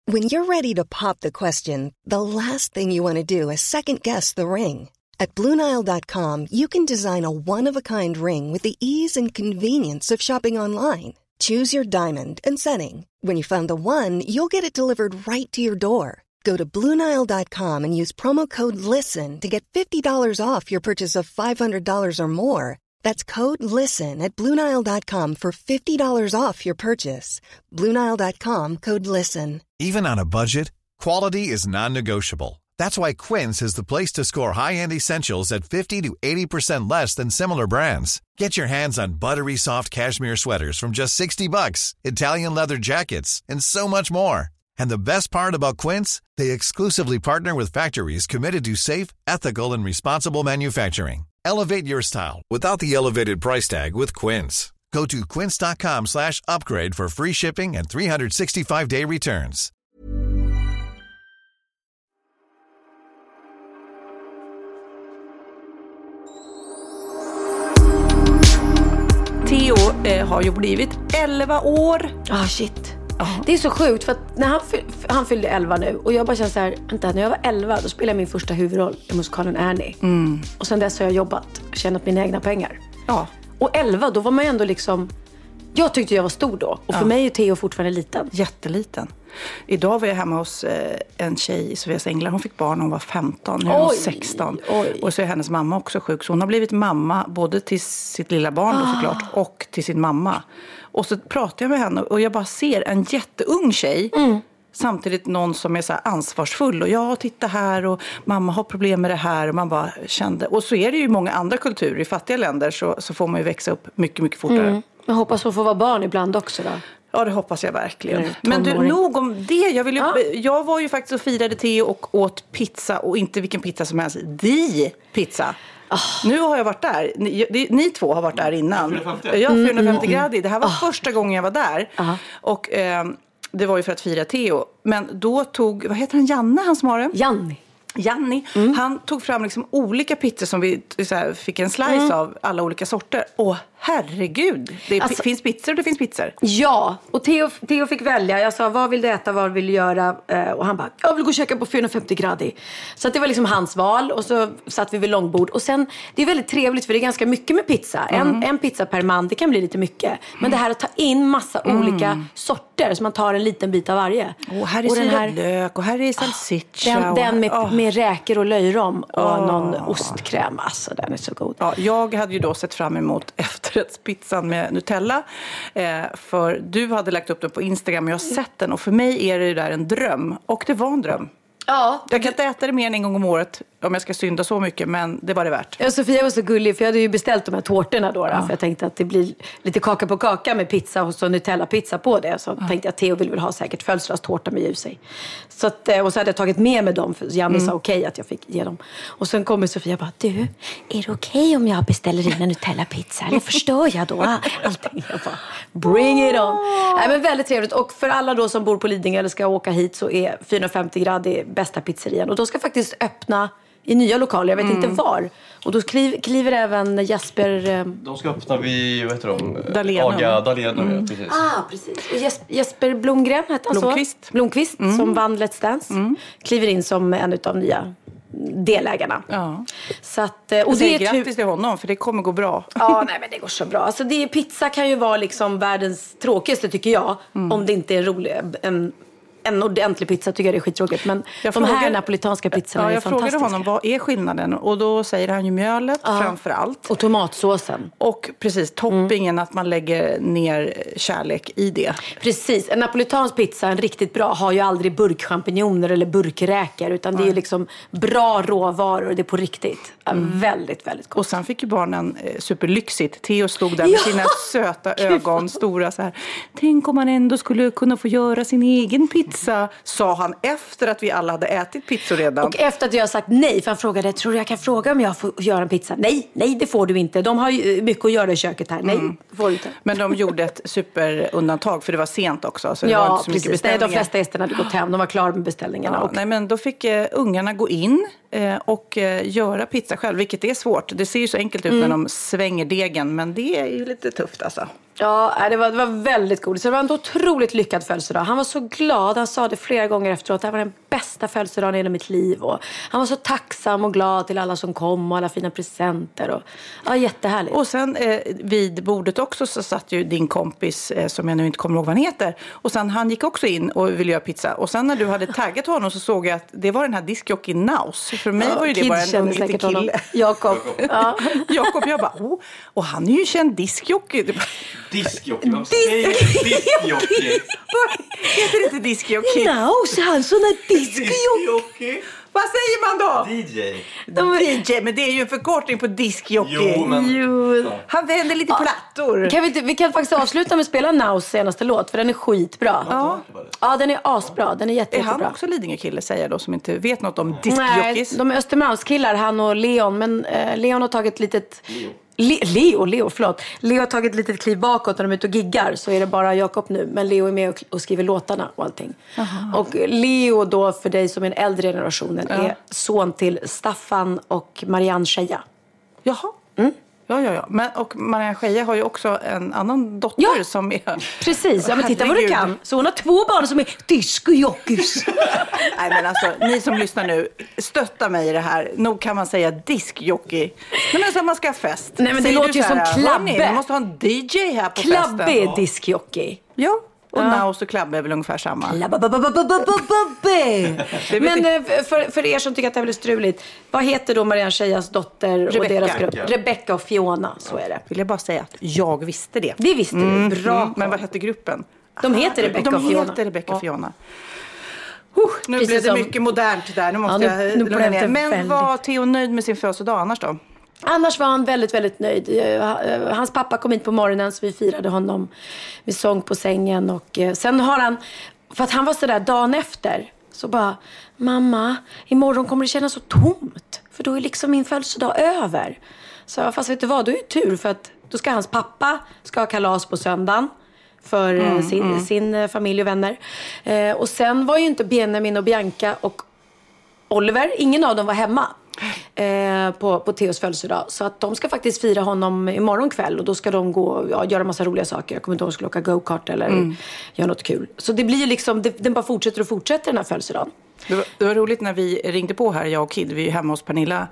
When you're ready to pop the question, the last thing you want to do is second-guess the ring. At BlueNile.com, you can design a one-of-a-kind ring with the ease and convenience of shopping online. Choose your diamond and setting. When you find the one, you'll get it delivered right to your door. Go to BlueNile.com and use promo code LISTEN to get $50 off your purchase of $500 or more. That's code LISTEN at BlueNile.com for $50 off your purchase. BlueNile.com, code LISTEN. Even on a budget, quality is non-negotiable. That's why Quince is the place to score high-end essentials at 50 to 80% less than similar brands. Get your hands on buttery soft cashmere sweaters from just $60, Italian leather jackets, and so much more. And the best part about Quince, they exclusively partner with factories committed to safe, ethical, and responsible manufacturing. Elevate your style without the elevated price tag with Quince. Go to quince.com/upgrade for free shipping and 365-day returns. Theo har ju blivit 11 år. Shit. Det är så sjukt för att när han fyllde 11 nu och jag bara känner så här, vänta, när jag var 11 då spelade jag min första huvudroll i musikalen Annie. Och sen dess har jag jobbat, tjänat mina egna pengar. Ja. Och 11, då var man ju ändå liksom, jag tyckte jag var stor då. Och för mig är Theo fortfarande liten. Jätteliten. Idag var jag hemma hos en tjej i Sveas Änglar. Hon fick barn när hon var 15, nu är hon 16. Och så är hennes mamma också sjuk. Så hon har blivit mamma både till sitt lilla barn då, såklart, och till sin mamma. Och så pratar jag med henne och jag bara ser en jätteung tjej. Samtidigt någon som är så här ansvarsfull. Och titta här och mamma har problem med det här. Och man bara kände. Och så är det ju i många andra kulturer. I fattiga länder så får man ju växa upp mycket, mycket fortare. Jag hoppas hon får vara barn ibland också då. Ja, det hoppas jag verkligen. Men du, nog om det. Jag var ju faktiskt och firade Theo och åt pizza. Och inte vilken pizza som helst. Pizza. Nu har jag varit där. Ni två har varit där innan. 450 grader. Det här var första gången jag var där. Och det var ju för att fira Theo. Men då tog, vad heter han, Janne, han som har det? Janni, han tog fram liksom olika pizzor som vi så här, fick en slice av alla olika sorter. Och herregud, det finns pizzor och det finns pizzor. Ja, och Theo fick välja. Jag sa, vad vill du äta, vad vill du göra? Och han bara, jag vill gå och käka på 450 grader. Så att det var liksom hans val. Och så satt vi vid långbord. Och sen, det är väldigt trevligt för det är ganska mycket med pizza. En pizza per man, det kan bli lite mycket. Men det här att ta in massa olika sorter. Så man tar en liten bit av varje. Här är syrad lök och här är salsiccia. Den med räkor och löjrom och någon ostkräm. Alltså, den är så god. Ja, jag hade ju då sett fram emot efterrättspizzan med Nutella. För du hade lagt upp den på Instagram och jag har sett den. Och för mig är det där en dröm. Och det var en dröm. Ja. Jag kan inte äta det mer än en gång om året om jag ska synda så mycket, men det var det värt. Ja, Sofia var så gullig för jag hade ju beställt de här tårtorna då. För jag tänkte att det blir lite kaka på kaka med pizza och så Nutella-pizza på det. Så tänkte jag att Theo vill väl ha säkert födelsedagstårta med ljus i. Så att, och så hade jag tagit med mig dem för Janne sa okej att jag fick ge dem. Och sen kommer Sofia och bara, du, är det okej om jag beställer in en Nutella-pizza? Eller förstör jag då allting? Jag bara, bring it on! Nej, men väldigt trevligt. Och för alla då som bor på Lidingö eller ska åka hit så är 450 grader bästa pizzerian. Och de ska faktiskt öppna i nya lokaler, jag vet inte var. Och då kliver även Jesper... De ska öppna vid, vad heter de? Dahlén. Precis. Precis. Jesper Blomgren heter han Blomqvist. Så. Blomqvist, som vann Let's Dance. Kliver in som en av nya delägarna. Ja. Så att, och det är grattis till honom, för det kommer gå bra. Ja, nej men det går så bra. Alltså pizza kan ju vara liksom världens tråkigaste tycker jag. Om det inte är rolig... En ordentlig pizza tycker jag det är skittråkigt. Men här napolitanska pizzorna är fantastiska. Jag frågade honom, vad är skillnaden? Och då säger han ju mjölet framför allt. Och tomatsåsen. Och precis, toppingen att man lägger ner kärlek i det. Precis, en napolitansk pizza, en riktigt bra, har ju aldrig burkchampinjoner eller burkräkor. Utan det är ju liksom bra råvaror, det är på riktigt. Väldigt, väldigt gott. Och sen fick ju barnen superlyxigt. Theo stod där med sina söta ögon, stora så här. Tänk om man ändå skulle kunna få göra sin egen pizza. Sa han efter att vi alla hade ätit pizzor redan. Och efter att jag har sagt nej, för han frågade, tror du jag kan fråga om jag får göra en pizza? Nej, det får du inte. De har ju mycket att göra i köket här. Nej, det får du inte. Men de gjorde ett superundantag, för det var sent också. Så det var inte så mycket beställningar. Nej, de flesta gästerna hade gått hem. De var klara med beställningarna. Ja, nej, men då fick ungarna gå in och göra pizza själv, vilket är svårt. Det ser ju så enkelt ut när de svänger degen, men det är ju lite tufft alltså. Ja, det var väldigt god. Så det var en otroligt lyckad födelsedag. Han var så glad. Han sa det flera gånger efteråt. Det här var den bästa födelsedagen i hela mitt liv. Och han var så tacksam och glad till alla som kom och alla fina presenter. Och, ja, jättehärligt. Och sen vid bordet också så satt ju din kompis som jag nu inte kommer ihåg vad han heter. Och sen han gick också in och ville göra pizza. Och sen när du hade taggat honom så såg jag att det var den här diskjockey Naus. För mig var ju det bara en liten kille. Jakob. Ja. Jakob, jag bara, och han är ju känd diskjockey. Diskjockey? Vad säger diskjockey? Heter det inte diskjockey? Naus, han sån där diskjockey. Vad säger man då? DJ, men det är ju en förkortning på diskjockey. Jo, men... Han vänder lite plattor. Vi kan faktiskt avsluta med att spela Naus senaste låt, för den är skitbra. Ja, den är asbra. Den är jättebra. Är han också Lidingö-kille, säger jag då, som inte vet något om diskjockeys? Nej, de är Östermalmskillar, han och Leon. Men Leon har tagit ett litet... Leo har tagit ett litet kliv bakåt när de är ute och giggar. Så är det bara Jakob nu. Men Leo är med och skriver låtarna och allting. Aha. Och Leo då, för dig som är en äldre generationen, är son till Staffan och Marianne Scheja. Jaha. Mm. Ja. Men, och Marianne Scheja har ju också en annan dotter som är... Precis, men titta vad du kan. Så hon har 2 barn som är diskjockeys. Nej, men alltså, ni som lyssnar nu, stötta mig i det här. Nog kan man säga diskjockey. Men alltså, man ska ha fest. Nej, men det låter ju som Klabbe. Vi måste ha en DJ här på festen. Klabbe är diskjockey. Ja. Och Naus och Klabbe är väl ungefär samma. Men för er som tycker att det är väldigt struligt, vad heter då Marianne Schejas dotter Rebecca. Och deras grupp? Rebecca och Fiona, så är det. Vill jag bara säga att jag visste det. Det visste du, bra. Men vad hette gruppen? De heter Rebecca och Fiona. De heter Rebecca och Fiona. Nu blev det mycket modernt där. Nu måste jag lugna ner. Men var Theo nöjd med sin födelsedag annars då? Annars var han väldigt, väldigt nöjd. Hans pappa kom hit på morgonen så vi firade honom med sång på sängen. Och sen har han, för att han var sådär dagen efter, så bara, mamma, imorgon kommer det kännas så tomt. För då är liksom min födelsedag över. Så fast vet du vad, då är det tur för att då ska hans pappa ha kalas på söndagen. För sin familj och vänner. Och sen var ju inte Benjamin och Bianca och Oliver, ingen av dem var hemma. På Theos födelsedag. Så att de ska faktiskt fira honom imorgon kväll. Och då ska de gå och göra massa roliga saker. Jag kommer inte ihåg om de skulle åka go-kart eller göra något kul. Så det blir ju liksom, den bara fortsätter den här födelsedagen. Det var roligt när vi ringde på här, jag och Kid, vi är hemma hos Pernilla.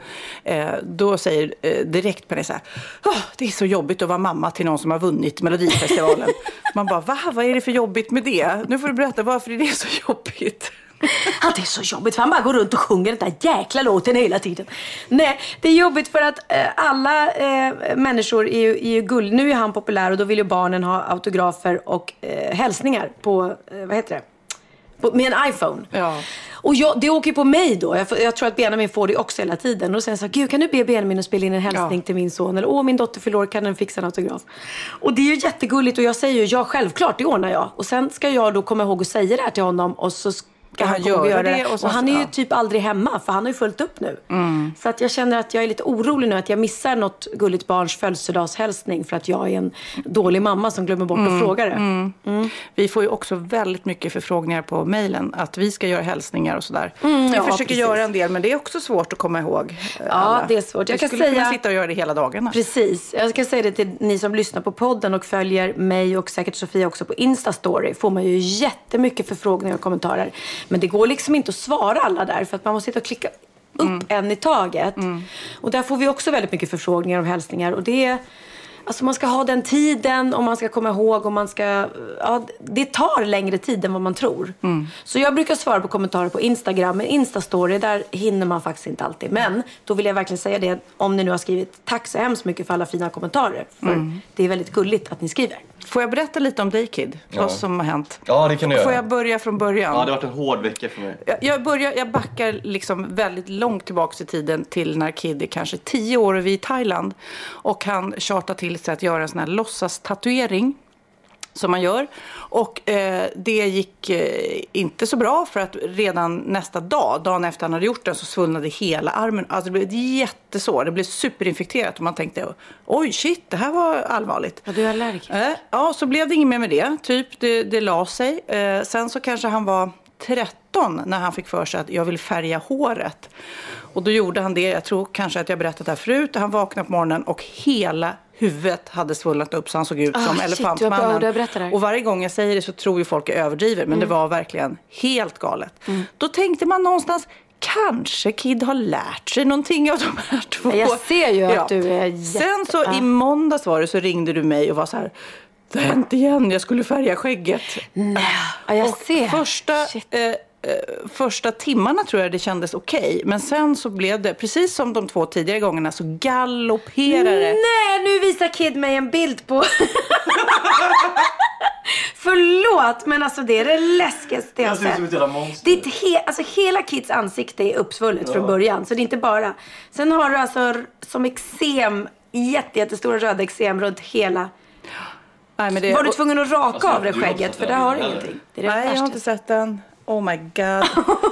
Då säger direkt Pernilla så här, det är så jobbigt att vara mamma till någon som har vunnit Melodifestivalen. Man bara, vad är det för jobbigt med det? Nu får du berätta, varför är det så jobbigt? Ja, det är så jobbigt för han bara går runt och sjunger den där jäkla låten hela tiden. Nej, det är jobbigt för att alla människor är ju gull. Nu är han populär och då vill ju barnen ha autografer och hälsningar på, vad heter det? Med en iPhone. Ja. Och det åker på mig då. Jag tror att Benjamin får det också hela tiden. Och då säger jag så, gud kan du be Benjamin att spela in en hälsning till min son? Eller min dotter förlorar, kan den fixa en autograf? Och det är ju jättegulligt och jag säger ju, ja självklart, det ordnar jag. Och sen ska jag då komma ihåg att säga det här till honom och så ska han göra det. Och han är ju typ aldrig hemma för han har ju fullt upp nu. Så att jag känner att jag är lite orolig nu att jag missar något gulligt barns födelsedagshälsning för att jag är en dålig mamma som glömmer bort att fråga det. Vi får ju också väldigt mycket förfrågningar på mejlen att vi ska göra hälsningar och sådär. Vi försöker göra en del men det är också svårt att komma ihåg alla. Ja, det är svårt. Jag skulle kunna sitta och göra det hela dagarna. Precis. Jag ska säga det till ni som lyssnar på podden och följer mig och säkert Sofia också på Instastory. Får man ju jättemycket förfrågningar och kommentarer. Men det går liksom inte att svara alla där för att man måste sitta och klicka upp en i taget. Och där får vi också väldigt mycket förfrågningar och hälsningar. Och det, alltså man ska ha den tiden och man ska komma ihåg och man ska, det tar längre tid än vad man tror. Så jag brukar svara på kommentarer på Instagram, men Instastory, där hinner man faktiskt inte alltid. Men då vill jag verkligen säga det, om ni nu har skrivit, tack så hemskt mycket för alla fina kommentarer. För det är väldigt gulligt att ni skriver. Får jag berätta lite om dig, Kid? Vad som har hänt? Ja, det kan du göra. Får jag börja från början? Ja, det har varit en hård vecka för mig. Jag backar liksom väldigt långt tillbaka i tiden till när Kid är kanske 10 år och vi är i Thailand. Och han chartar till sig att göra en sån här låtsas-tatuering som man gör. Och det gick inte så bra för att redan nästa dag, dagen efter han hade gjort den, så svullnade hela armen. Alltså det blev jättesår, det blev superinfekterat och man tänkte, oj shit, det här var allvarligt. Ja, du är allergiker. Ja, så blev det inget mer med det. Typ, det la sig. Sen så kanske han var 13 13 när han fick för sig att jag vill färga håret. Och då gjorde han det, jag tror kanske att jag berättat det här förut. Han vaknade på morgonen och hela huvudet hade svullnat upp så han såg ut som elefantmannen. Och varje gång jag säger det så tror ju folk är överdriver. Men det var verkligen helt galet. Då tänkte man någonstans, kanske Kid har lärt sig någonting av de här två. Jag ser ju att du är Sen så i måndags var det så ringde du mig och var så här, det har hänt igen, jag skulle färga skägget. Nej, jag och ser. Första timmarna tror jag det kändes okej. Men sen så blev det, precis som de 2 tidigare gångerna, så galopperade. Nej, nu visar Kid mig en bild på... Förlåt, men alltså det är det läskigaste jag har sett. Som ett jävla monster. Alltså hela Kids ansikte är uppsvullet från början. Så det är inte bara... Sen har du alltså som eksem, jättestora röda eksem runt hela... Nej, men det... Var du tvungen att raka av det skägget? För där har du ingenting. Det är det Nej, jag har inte sett den. Oh my god.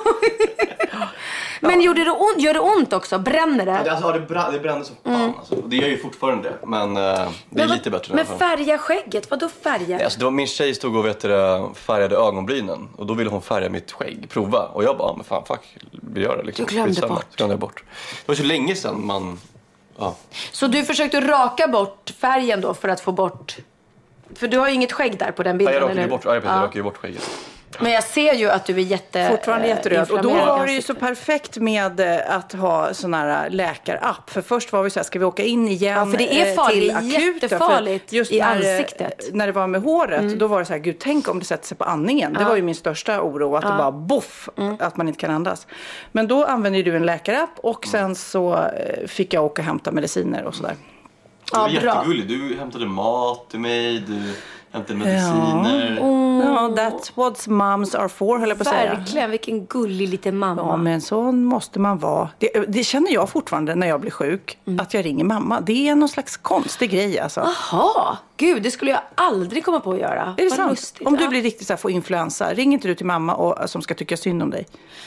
Men gör det ont också? Bränner det? Ja, alltså, det bränner så fan. Alltså. Det gör ju fortfarande det. Men det är lite bättre. Men färga skägget? Vadå färga? Nej, alltså, det var min tjej stod och färgade ögonbrynen. Och då ville hon färga mitt skägg. Prova. Och jag bara, men fan, fuck. Vi gör det liksom. Du glömde bort. Det var så länge sedan man... Ja. Så du försökte raka bort färgen då för att få bort... För du har ju inget skägg där på den bilden, eller? Jag rakade ju bort skägget. Men jag ser ju att du är fortfarande jätteröd. Och då var det ju så perfekt med att ha sån här läkarapp. För först var vi så här, ska vi åka in igen? Ja, för det är farligt, till akuten? jättefarligt just i ansiktet. När det var med håret, då var det så här, gud, tänk om det sätter sig på andningen. Det var ju min största oro, att det bara boff, att man inte kan andas. Men då använde du en läkarapp och sen så fick jag åka och hämta mediciner och sådär. Du var jättegullig. Du hämtade mat till mig, du hämtade mediciner. Ja, that's what moms are for, höll jag på att säga. Verkligen, vilken gullig liten mamma. Ja, men så måste man vara. Det känner jag fortfarande när jag blir sjuk, att jag ringer mamma. Det är någon slags konstig grej alltså. Jaha, gud, det skulle jag aldrig komma på att göra. Är det sant? Lustigt. Om du blir riktigt så här, får influensa, ring inte du till mamma som ska tycka synd om dig?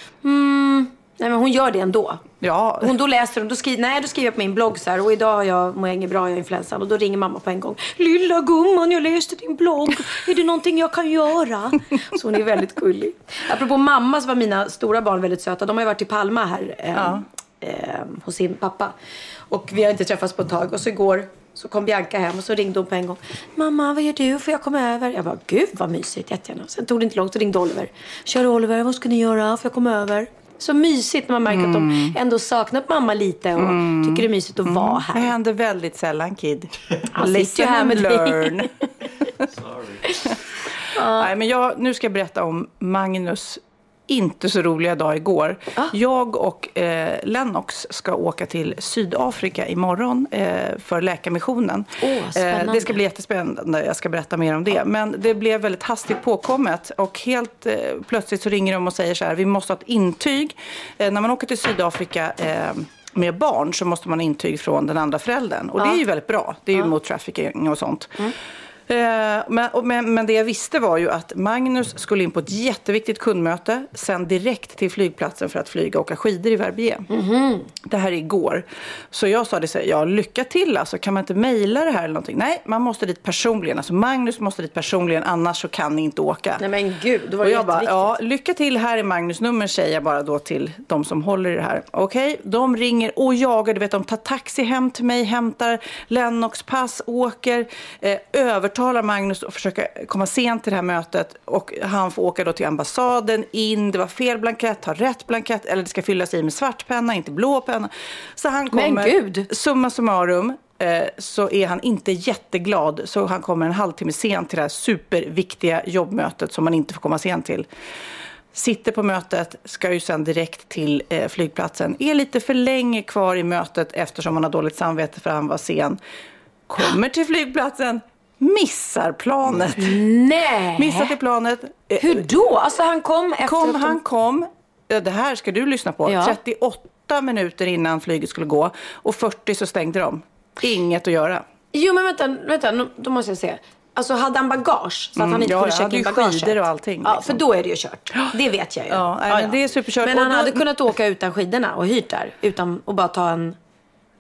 Nej, men hon gör det ändå. Ja. Då läser hon, då skriver jag på min blogg så här, och idag mår jag inget bra, jag har influensan. Och då ringer mamma på en gång. Lilla gumman, jag läste din blogg. Är det någonting jag kan göra? Så hon är väldigt gullig. Apropå mamma så var mina stora barn väldigt söta. De har ju varit i Palma här hos sin pappa. Och vi har inte träffats på ett tag. Och så igår så kom Bianca hem och så ringde hon på en gång. Mamma, vad gör du? Får jag komma över? Jag bara, gud vad mysigt, jättegärna. Sen tog det inte långt och ringde Oliver. Kör Oliver, vad ska ni göra? Får jag komma över? Så mysigt när man märker att de ändå saknat mamma lite och tycker det är mysigt att vara här. Det händer väldigt sällan, Kid. Listen and learn. Sorry. Nej, men nu ska jag berätta om Magnus inte så roliga dag igår. Jag och Lennox ska åka till Sydafrika imorgon för läkarmissionen. Det ska bli jättespännande, jag ska berätta mer om det. Men det blev väldigt hastigt påkommet och helt plötsligt så ringer de och säger så här, vi måste ha ett intyg. När man åker till Sydafrika med barn så måste man ha intyg från den andra föräldern. Och det är ju väldigt bra, det är ju mot trafficking och sånt. Men det jag visste var ju att Magnus skulle in på ett jätteviktigt kundmöte, sen direkt till flygplatsen för att flyga och åka skidor i Verbier. Det här är igår. Så jag sa det så här, ja, lycka till, alltså, kan man inte mejla det här eller någonting? Nej, man måste dit personligen, alltså Magnus måste dit personligen, annars så kan ni inte åka. Nej men gud, det var och jag jätteviktigt. bara, ja, lycka till, här är Magnus nummer, säger jag bara då till de som håller i det här. Okej, de ringer och jagar, du vet, de tar taxi hem till mig, hämtar Lennox pass, åker, övertalar Magnus att försöka komma sent till det här mötet och han får åka då till ambassaden in, det var fel blankett, har rätt blankett, eller det ska fyllas i med svart penna, inte blå penna. Så han kommer, men gud, summa summarum, så är han inte jätteglad, så han kommer en halvtimme sent till det här superviktiga jobbmötet som man inte får komma sent till. Sitter på mötet, ska ju sen direkt till flygplatsen, är lite för länge kvar i mötet eftersom han har dåligt samvete för att han var sen. Kommer till flygplatsen, missar planet. Nej. Missar till planet. Hur då? Alltså han kom efter Han kom, det här ska du lyssna på, 38 minuter innan flyget skulle gå och 40 så stängde de. Inget att göra. Jo men vänta, då måste jag se. Alltså hade han bagage så att han inte kunde checka in bagaget? Skidor och allting. Liksom. Ja, för då är det ju kört. Det vet jag ju. Ja, men det är superkört. Men han hade kunnat åka utan skidorna och hyrt där utan och bara ta en...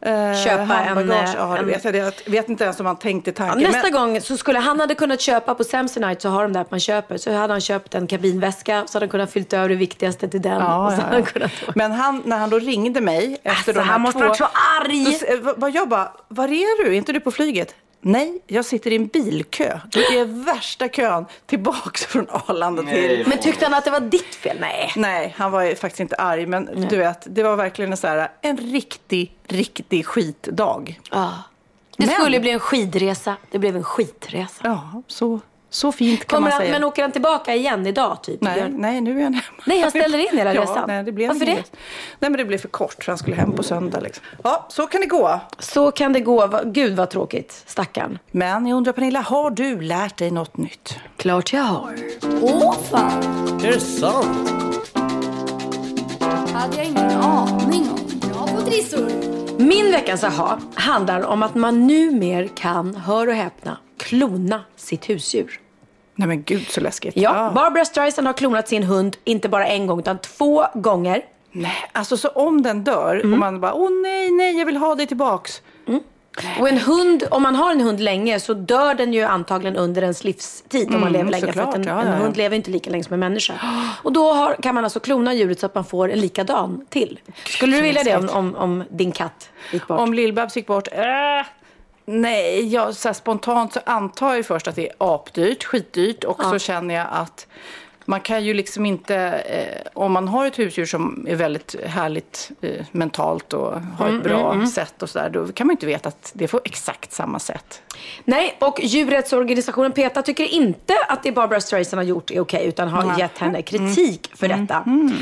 köpa en... Ja, jag vet inte ens om han tänkte tanken. Ja, nästa gång så skulle han hade kunnat köpa på Samsonite, så har de där att man köper. Så hade han köpt en kabinväska, så hade han kunnat fyllt över det viktigaste till den. Ja, och så ja. kunnat... Men han, när han då ringde mig efter de här han måste varit så arg. Jag bara, var är du? Är inte du på flyget? Nej, jag sitter i en bilkö. Det är värsta kön tillbaks från Arlanda till... Men tyckte han att det var ditt fel? Nej, han var faktiskt inte arg. Men du vet, det var verkligen en riktig skitdag. Det skulle bli en skidresa. Det blev en skitresa. Ja, så fint kan man säga. Men åker han tillbaka igen idag typ? Nej, nu är han hemma. Nej, han ställer in hela resan. Nej, det blev varför det? Nej, men det blev för kort, för han skulle hem på söndag. Liksom. Ja, så kan det gå. Så kan det gå. Gud vad tråkigt, stackarn. Men jag undrar, Pernilla, har du lärt dig något nytt? Klart jag har. Fan! Är det sant? Hade jag ingen aning om. Bra på trissor. Min veckans aha handlar om att man numer kan, hör och häpna, klona sitt husdjur. Nej men gud, så läskigt. Ja, Barbra Streisand har klonat sin hund inte bara en gång utan 2 gånger. Nej, alltså så om den dör och man bara, nej, jag vill ha dig tillbaks. Och en hund, om man har en hund länge så dör den ju antagligen under ens livstid om man lever länge. Såklart, för att en hund lever inte lika länge som en människa. Och då kan man alltså klona djuret så att man får en likadan till. Skulle du vilja det om din katt gick bort? Om Lill-Babs gick bort? Nej, så spontant så antar jag först att det är apdyrt, skitdyrt. Och så känner jag att man kan ju liksom inte, om man har ett husdjur som är väldigt härligt mentalt och har ett bra sätt och sådär, då kan man inte veta att det får exakt samma sätt. Nej, och djurrättsorganisationen PETA tycker inte att det Barbra Streisand har gjort är okej, utan har gett henne kritik för detta.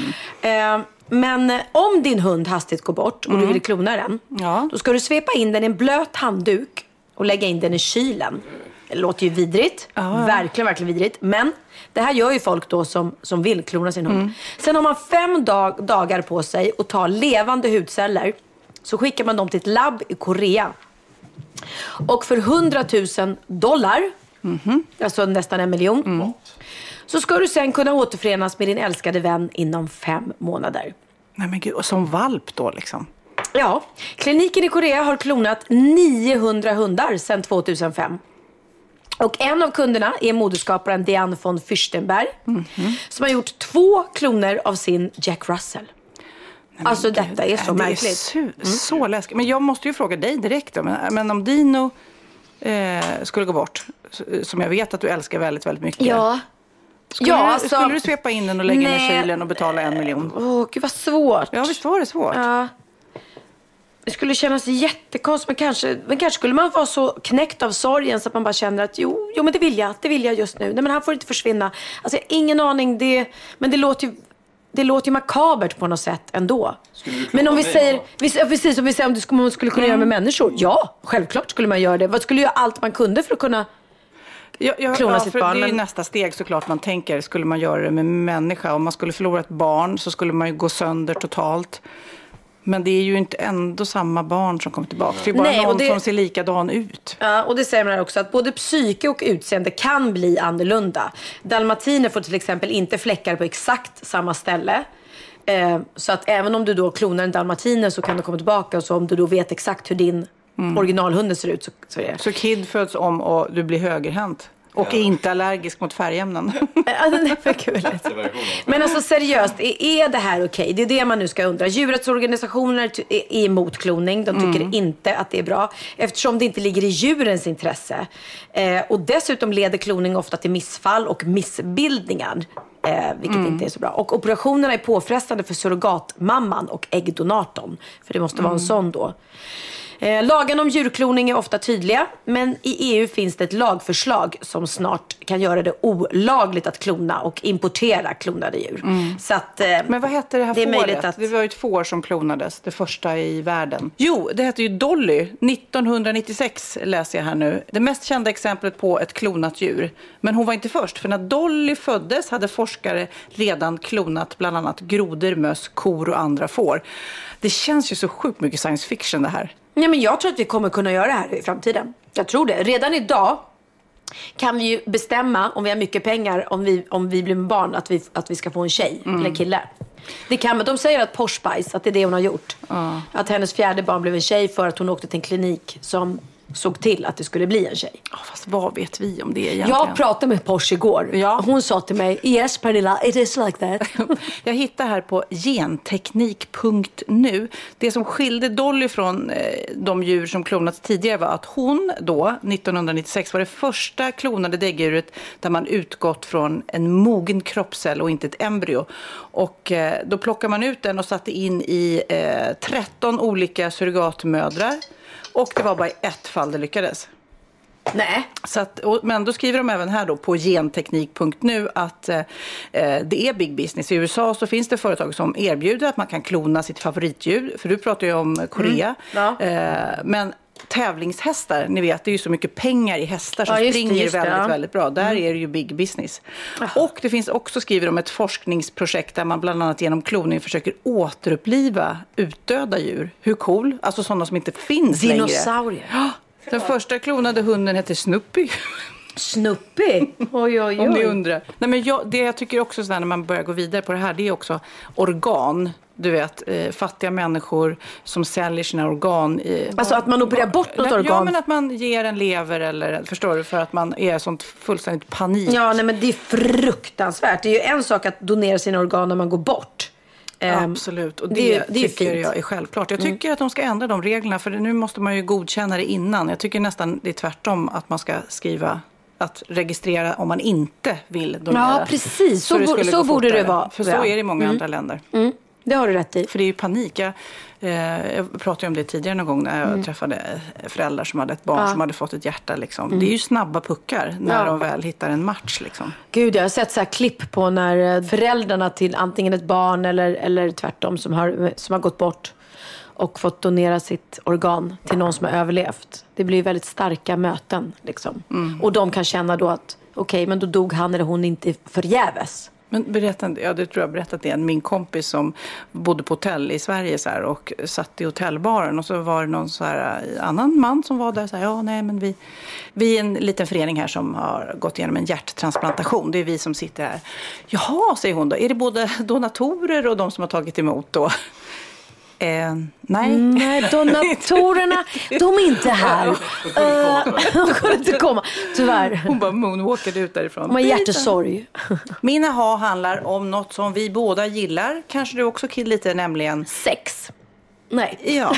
Men om din hund hastigt går bort och du vill klona den, då ska du svepa in den i en blöt handduk och lägga in den i kylen. Det låter ju vidrigt, verkligen vidrigt. Men det här gör ju folk då som vill klona sin hund. Sen har man 5 dagar på sig att ta levande hudceller. Så skickar man dem till ett labb i Korea. Och för $100,000, alltså nästan 1 miljon, så ska du sen kunna återförenas med din älskade vän inom 5 månader. Nej men gud, och som valp då liksom? Ja, kliniken i Korea har klonat 900 hundar sedan 2005. Och en av kunderna är modeskaparen Diane von Fürstenberg, som har gjort 2 kloner av sin Jack Russell. Nej, alltså detta är så märkligt. Det är så läskigt. Men jag måste ju fråga dig direkt då. Men om Dino skulle gå bort, som jag vet att du älskar väldigt, väldigt mycket. Ja. Skulle du svepa in den och lägga in i kylen och betala 1 miljon? Gud vad svårt. Ja, visst var det svårt? Ja. Det skulle kännas jättekonstigt. Men kanske skulle man vara så knäckt av sorgen så att man bara känner att jo men det vill jag just nu. Nej, men han får inte försvinna. Alltså ingen aning. Men det låter ju makabert på något sätt ändå. Men om vi säger, precis som vi säger, om man skulle kunna göra med människor. Ja, självklart skulle man göra det. Vad skulle göra allt man kunde för att kunna klona sitt barn? Det är nästa steg såklart man tänker. Skulle man göra det med människa? Om man skulle förlora ett barn så skulle man ju gå sönder totalt. Men det är ju inte ändå samma barn som kommer tillbaka. Det är bara någon som ser likadan ut. Ja, och det säger man också att både psyke och utseende kan bli annorlunda. Dalmatiner får till exempel inte fläckar på exakt samma ställe. Så att även om du då klonar en dalmatiner så kan du komma tillbaka. Och så om du då vet exakt hur din originalhunden ser ut så är det. Så Kid föds om och du blir högerhänt. Och är inte allergisk mot färgämnen. Men alltså seriöst, är det här okej? Det är det man nu ska undra. Djurrättsorganisationer är emot kloning. De tycker inte att det är bra. Eftersom det inte ligger i djurens intresse. Och dessutom leder kloning ofta till missfall och missbildningar. Vilket inte är så bra. Och operationerna är påfrestande för surrogatmamman och äggdonatorn. För det måste vara en sån då. Lagen om djurkloning är ofta tydliga, men i EU finns det ett lagförslag som snart kan göra det olagligt att klona och importera klonade djur. Så att, men vad hette det här fåret? Möjligt att... Det var ju ett får som klonades, det första i världen. Jo, det hette ju Dolly. 1996 läser jag här nu. Det mest kända exemplet på ett klonat djur. Men hon var inte först, för när Dolly föddes hade forskare redan klonat bland annat grodor, möss, kor och andra får. Det känns ju så sjukt mycket science fiction det här. Ja, men jag tror att vi kommer kunna göra det här i framtiden. Jag tror det. Redan idag kan vi ju bestämma, om vi har mycket pengar, om vi blir med barn, att vi ska få en tjej eller kille. Det kan, men de säger att Posh Spice, att det är det hon har gjort. Att hennes 4:e barn blev en tjej för att hon åkte till en klinik som såg till att det skulle bli en tjej. Fast vad vet vi om det egentligen? Jag pratade med Posh igår. Ja. Hon sa till mig, yes Pernilla, it is like that. Jag hittar här på genteknik.nu. Det som skilde Dolly från de djur som klonats tidigare var att hon då, 1996, var det första klonade däggdjuret där man utgått från en mogen kroppscell och inte ett embryo. Och då plockar man ut den och satte in i 13 olika surrogatmödrar. Och det var bara i ett fall det lyckades. Nej. Så att, men då skriver de även här då på genteknik.nu att det är big business. I USA så finns det företag som erbjuder att man kan klona sitt favoritdjur. För du pratar ju om Korea. Ja. Men tävlingshästar, ni vet, det är ju så mycket pengar i hästar som springer väldigt bra. Där är det ju big business. Och det finns också, skriver de, ett forskningsprojekt där man bland annat genom kloning försöker återuppliva utdöda djur. Hur cool? Alltså sådana som inte finns längre. Dinosaurier. Den första klonade hunden heter Snoopy. Snoopy? Oj. Om ni undrar. Nej, men det jag tycker också så när man börjar gå vidare på det här, det är också organ. Du vet, fattiga människor som säljer sina organ. Alltså att man opererar bort något organ? Ja, men att man ger en lever eller, förstår du, för att man är sånt fullständigt panik. Ja, nej, men det är fruktansvärt. Det är ju en sak att donera sina organ när man går bort. Absolut, och det tycker fint. Jag är självklart. Jag tycker att de ska ändra de reglerna, för nu måste man ju godkänna det innan. Jag tycker nästan det är tvärtom att man ska skriva att registrera om man inte vill donera. Ja, precis. Så borde det vara. För så är det i många andra länder. Det har du rätt i. För det är ju panik. Jag pratade om det tidigare någon gång när jag träffade föräldrar som hade ett barn som hade fått ett hjärta. Liksom. Det är ju snabba puckar när de väl hittar en match. Liksom. Gud, jag har sett så här klipp på när föräldrarna till antingen ett barn eller tvärtom som har gått bort och fått donera sitt organ till någon som har överlevt. Det blir väldigt starka möten. Liksom. Och de kan känna då att okej, men då dog han eller hon inte förgäves. Men det tror jag berättat det. Min kompis som bodde på hotell i Sverige så här, och satt i hotellbaren, och så var det någon så här annan man som var där så här, men vi är en liten förening här som har gått igenom en hjärttransplantation. Det är vi som sitter här. Jaha, säger hon då. Är det både donatorer och de som har tagit emot då? Nej, donatorerna, de är inte här. De kunde inte komma, tyvärr. Hon bara moonwalkade ut därifrån. De har hjärtesorg. Min aha handlar om något som vi båda gillar. Kanske du också lite, nämligen sex. Nej. Ja.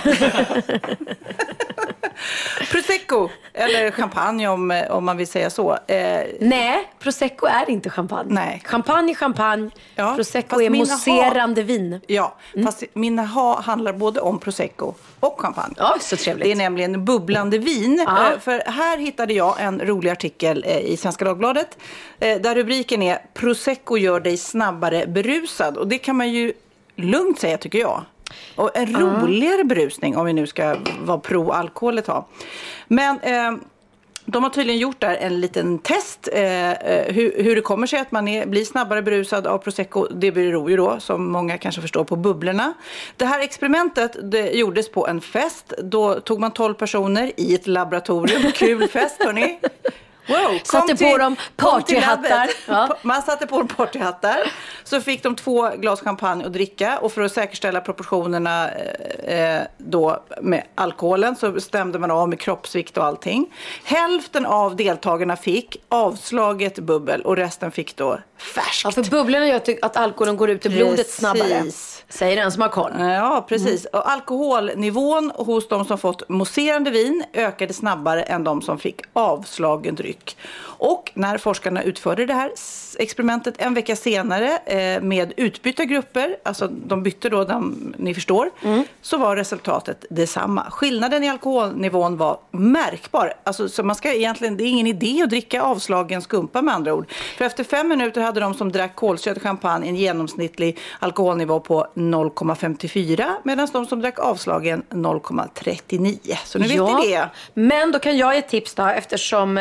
Prosecco, eller champagne om man vill säga så. Nej, Prosecco är inte champagne. Nej. Champagne. Ja, Prosecco är mousserande vin. Ja, fast min handlar både om Prosecco och champagne. Ja, så trevligt. Det är nämligen bubblande vin. För här hittade jag en rolig artikel i Svenska Dagbladet. Där rubriken är Prosecco gör dig snabbare berusad. Och det kan man ju lugnt säga, tycker jag. Och en roligare berusning, om vi nu ska vara pro-alkohol ett tag. Men de har tydligen gjort där en liten test hur det kommer sig att man blir snabbare berusad av Prosecco. Det beror ju då, som många kanske förstår, på bubblorna. Det här experimentet gjordes på en fest. Då tog man 12 personer i ett laboratorium. Kul fest, hörni. Wow, satte på dem partyhattar. Ja. Man satte på dem partyhattar. Så fick de 2 glas champagne att dricka. Och för att säkerställa proportionerna då med alkoholen så stämde man av med kroppsvikt och allting. Hälften av deltagarna fick avslaget bubbel och resten fick då färskt. Ja, för bubblorna gör att alkoholen går ut i blodet snabbare. Säger den som har koll. Ja, precis. Och alkoholnivån hos de som fått mousserande vin ökade snabbare än de som fick avslagen dryck. Och när forskarna utförde det här experimentet en vecka senare med utbytta grupper, alltså de bytte då, ni förstår, så var resultatet detsamma. Skillnaden i alkoholnivån var märkbar. Alltså, så man ska egentligen, det är ingen idé att dricka avslagen skumpa, med andra ord. För efter 5 minuter hade de som drack kolsyrad champagne en genomsnittlig alkoholnivå på 0,54 medan de som drack avslagen 0,39. Så nu vet ni det. Men då kan jag ge ett tips då, eftersom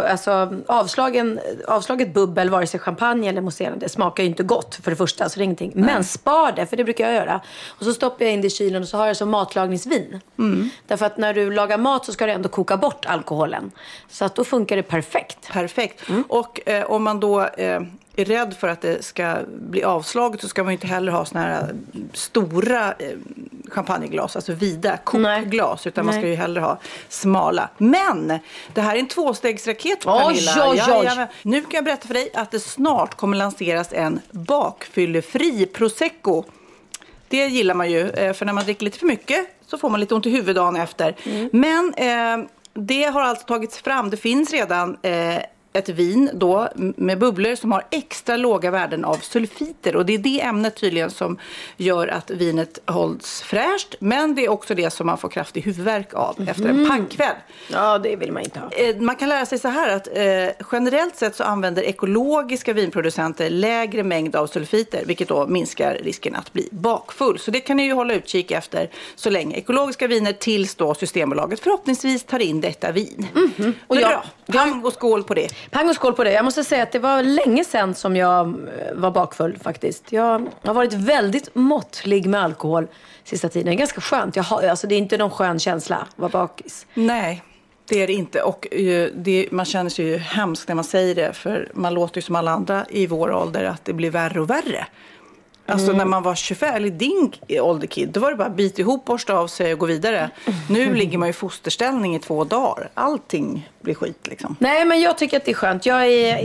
avslaget bubbel, vare sig champagne eller mousserande, smakar ju inte gott för det första, så det är ingenting. Men spar det, för det brukar jag göra. Och så stoppar jag in det i kylen och så har jag som matlagningsvin. Därför att när du lagar mat så ska du ändå koka bort alkoholen. Så att då funkar det perfekt. Perfekt. Och om man då är rädd för att det ska bli avslaget så ska man ju inte heller ha såna här stora champagneglas, alltså vida kopglas, utan man ska ju hellre ha smala. Men det här är en 2-stegsraket, Pernilla. Nu kan jag berätta för dig att det snart kommer lanseras en bakfyllefri prosecco. Det gillar man ju, för när man dricker lite för mycket så får man lite ont i huvuddagen efter. Men det har alltså tagits fram, det finns redan ett vin då med bubblor som har extra låga värden av sulfiter. Och det är det ämnet tydligen som gör att vinet hålls fräscht. Men det är också det som man får kraftig huvudvärk av efter en pangkväll. Ja, det vill man inte ha. Man kan lära sig så här att generellt sett så använder ekologiska vinproducenter lägre mängd av sulfiter. Vilket då minskar risken att bli bakfull. Så det kan ni ju hålla utkik efter så länge. Ekologiska viner tills då Systembolaget förhoppningsvis tar in detta vin. Och bra. Pang och skål på det. Pang och skål på det. Jag måste säga att det var länge sedan som jag var bakfull faktiskt. Jag har varit väldigt måttlig med alkohol sista tiden. Det är ganska skönt. Alltså det är inte någon skön känsla att vara bakis. Nej, det är det inte. Och man känner sig ju hemskt när man säger det. För man låter ju som alla andra i vår ålder att det blir värre och värre. Alltså när man var 25, eller din ålderkid, då var det bara bit ihop, borsta av sig och gå vidare. Nu ligger man i fosterställning i 2 dagar. Allting blir skit liksom. Nej, men jag tycker att det är skönt. Jag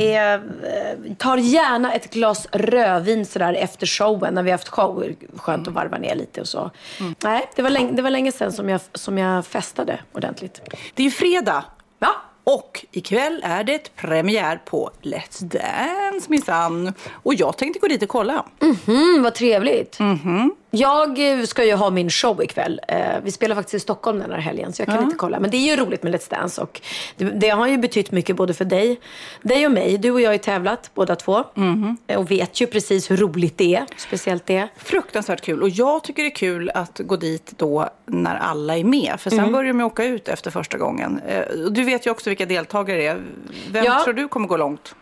tar gärna ett glas rödvin sådär efter showen. När vi har haft show, skönt att varva ner lite och så. Nej, det var länge sedan som jag festade ordentligt. Det är ju fredag. Ja. Och ikväll är det premiär på Let's Dance, minsann. Och jag tänkte gå dit och kolla. Vad trevligt. Jag ska ju ha min show ikväll. Vi spelar faktiskt i Stockholm den här helgen, så jag kan inte kolla. Men det är ju roligt med Let's Dance. Och det har ju betytt mycket både för dig och mig. Du och jag har ju tävlat, båda två. Och vet ju precis hur roligt det är. Speciellt det. Fruktansvärt kul. Och jag tycker det är kul att gå dit då när alla är med. För sen börjar de åka ut efter första gången. Du vet ju också vilka deltagare det är. Vem tror du kommer gå långt?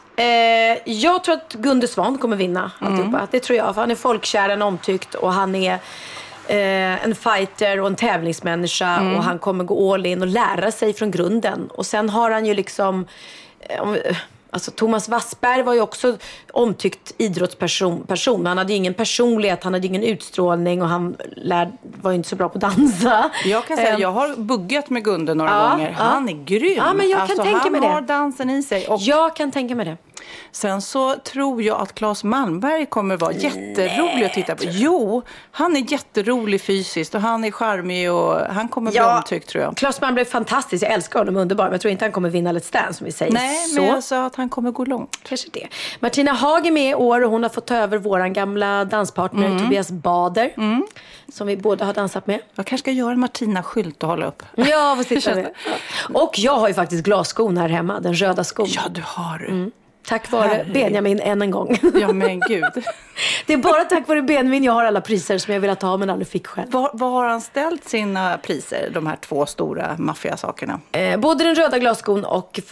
Jag tror att Gunde Svan kommer vinna alltihopa. Det tror jag, för han är folkkär, en omtyckt och han är en fighter och en tävlingsmänniska och han kommer gå all in och lära sig från grunden. Och sen har han ju liksom alltså Thomas Wassberg var ju också omtyckt idrottsperson. Han hade ju ingen personlighet, han hade ingen utstrålning och han var ju inte så bra på att dansa. Jag kan säga, jag har buggat med Gunde några gånger. Han är grym. Ja, men jag kan tänka mig det. Han har dansen i sig. Och jag kan tänka mig det. Sen så tror jag att Claes Malmberg kommer vara jätterolig att titta på. Jo, han är jätterolig fysiskt och han är charmig och han kommer bli omtyckt, tror jag. Claes Malmberg är fantastisk, jag älskar honom, underbar. Men jag tror inte han kommer vinna Let's Dance, som vi säger. Nej, men jag sa att han kommer gå långt. Kanske det. Martina Haag är med i år och hon har fått ta över våran gamla danspartner Tobias Bader. Som vi båda har dansat med. Jag kanske ska göra en Martina-skylt och hålla upp. Ja, vad sitter med. Och jag har ju faktiskt glasskon här hemma, den röda skon. Ja, du har. Tack vare Benjamin än en gång. Ja, men gud. Det är bara tack vare Benjamin jag har alla priser som jag velat ha men aldrig fick själv. Var har han ställt sina priser, de här 2 stora maffiasakerna? Både den röda glasskon och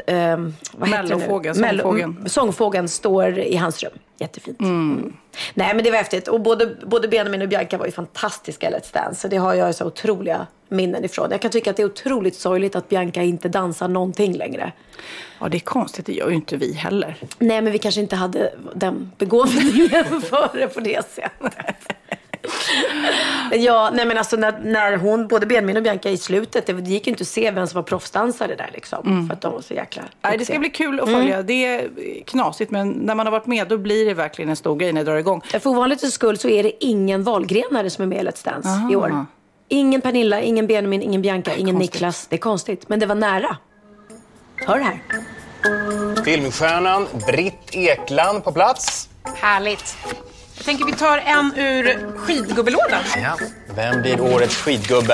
sångfågeln står i hans rum. Jättefint. Nej, men det var häftigt. Och både Benjamin och Bianca var ju fantastiska i Let's Dance. Så det har jag så otroliga minnen ifrån. Jag kan tycka att det är otroligt sorgligt att Bianca inte dansar någonting längre. Ja, det är konstigt. Det gör ju inte vi heller. Nej, men vi kanske inte hade den begåvningen för det på det sättet. Ja, nej men alltså när hon, både Benjamin och Bianca i slutet, det gick ju inte att se vem som var proffsdansare där liksom. För att de var så jäkla duktiga. Nej, det ska bli kul att följa. Det är knasigt, men när man har varit med då blir det verkligen en stor grej när det drar igång. För ovanligt skull så är det ingen valgrenare som är med i Let's Dance i år. Ingen Pernilla, ingen Benjamin, ingen Bianca, ingen konstigt. Niklas. Det är konstigt, men det var nära. Hör det här. Filmstjärnan Britt Ekland på plats. Härligt. Jag tänker vi tar en ur skidgubbelådan. Ja. Vem blir årets skidgubbe?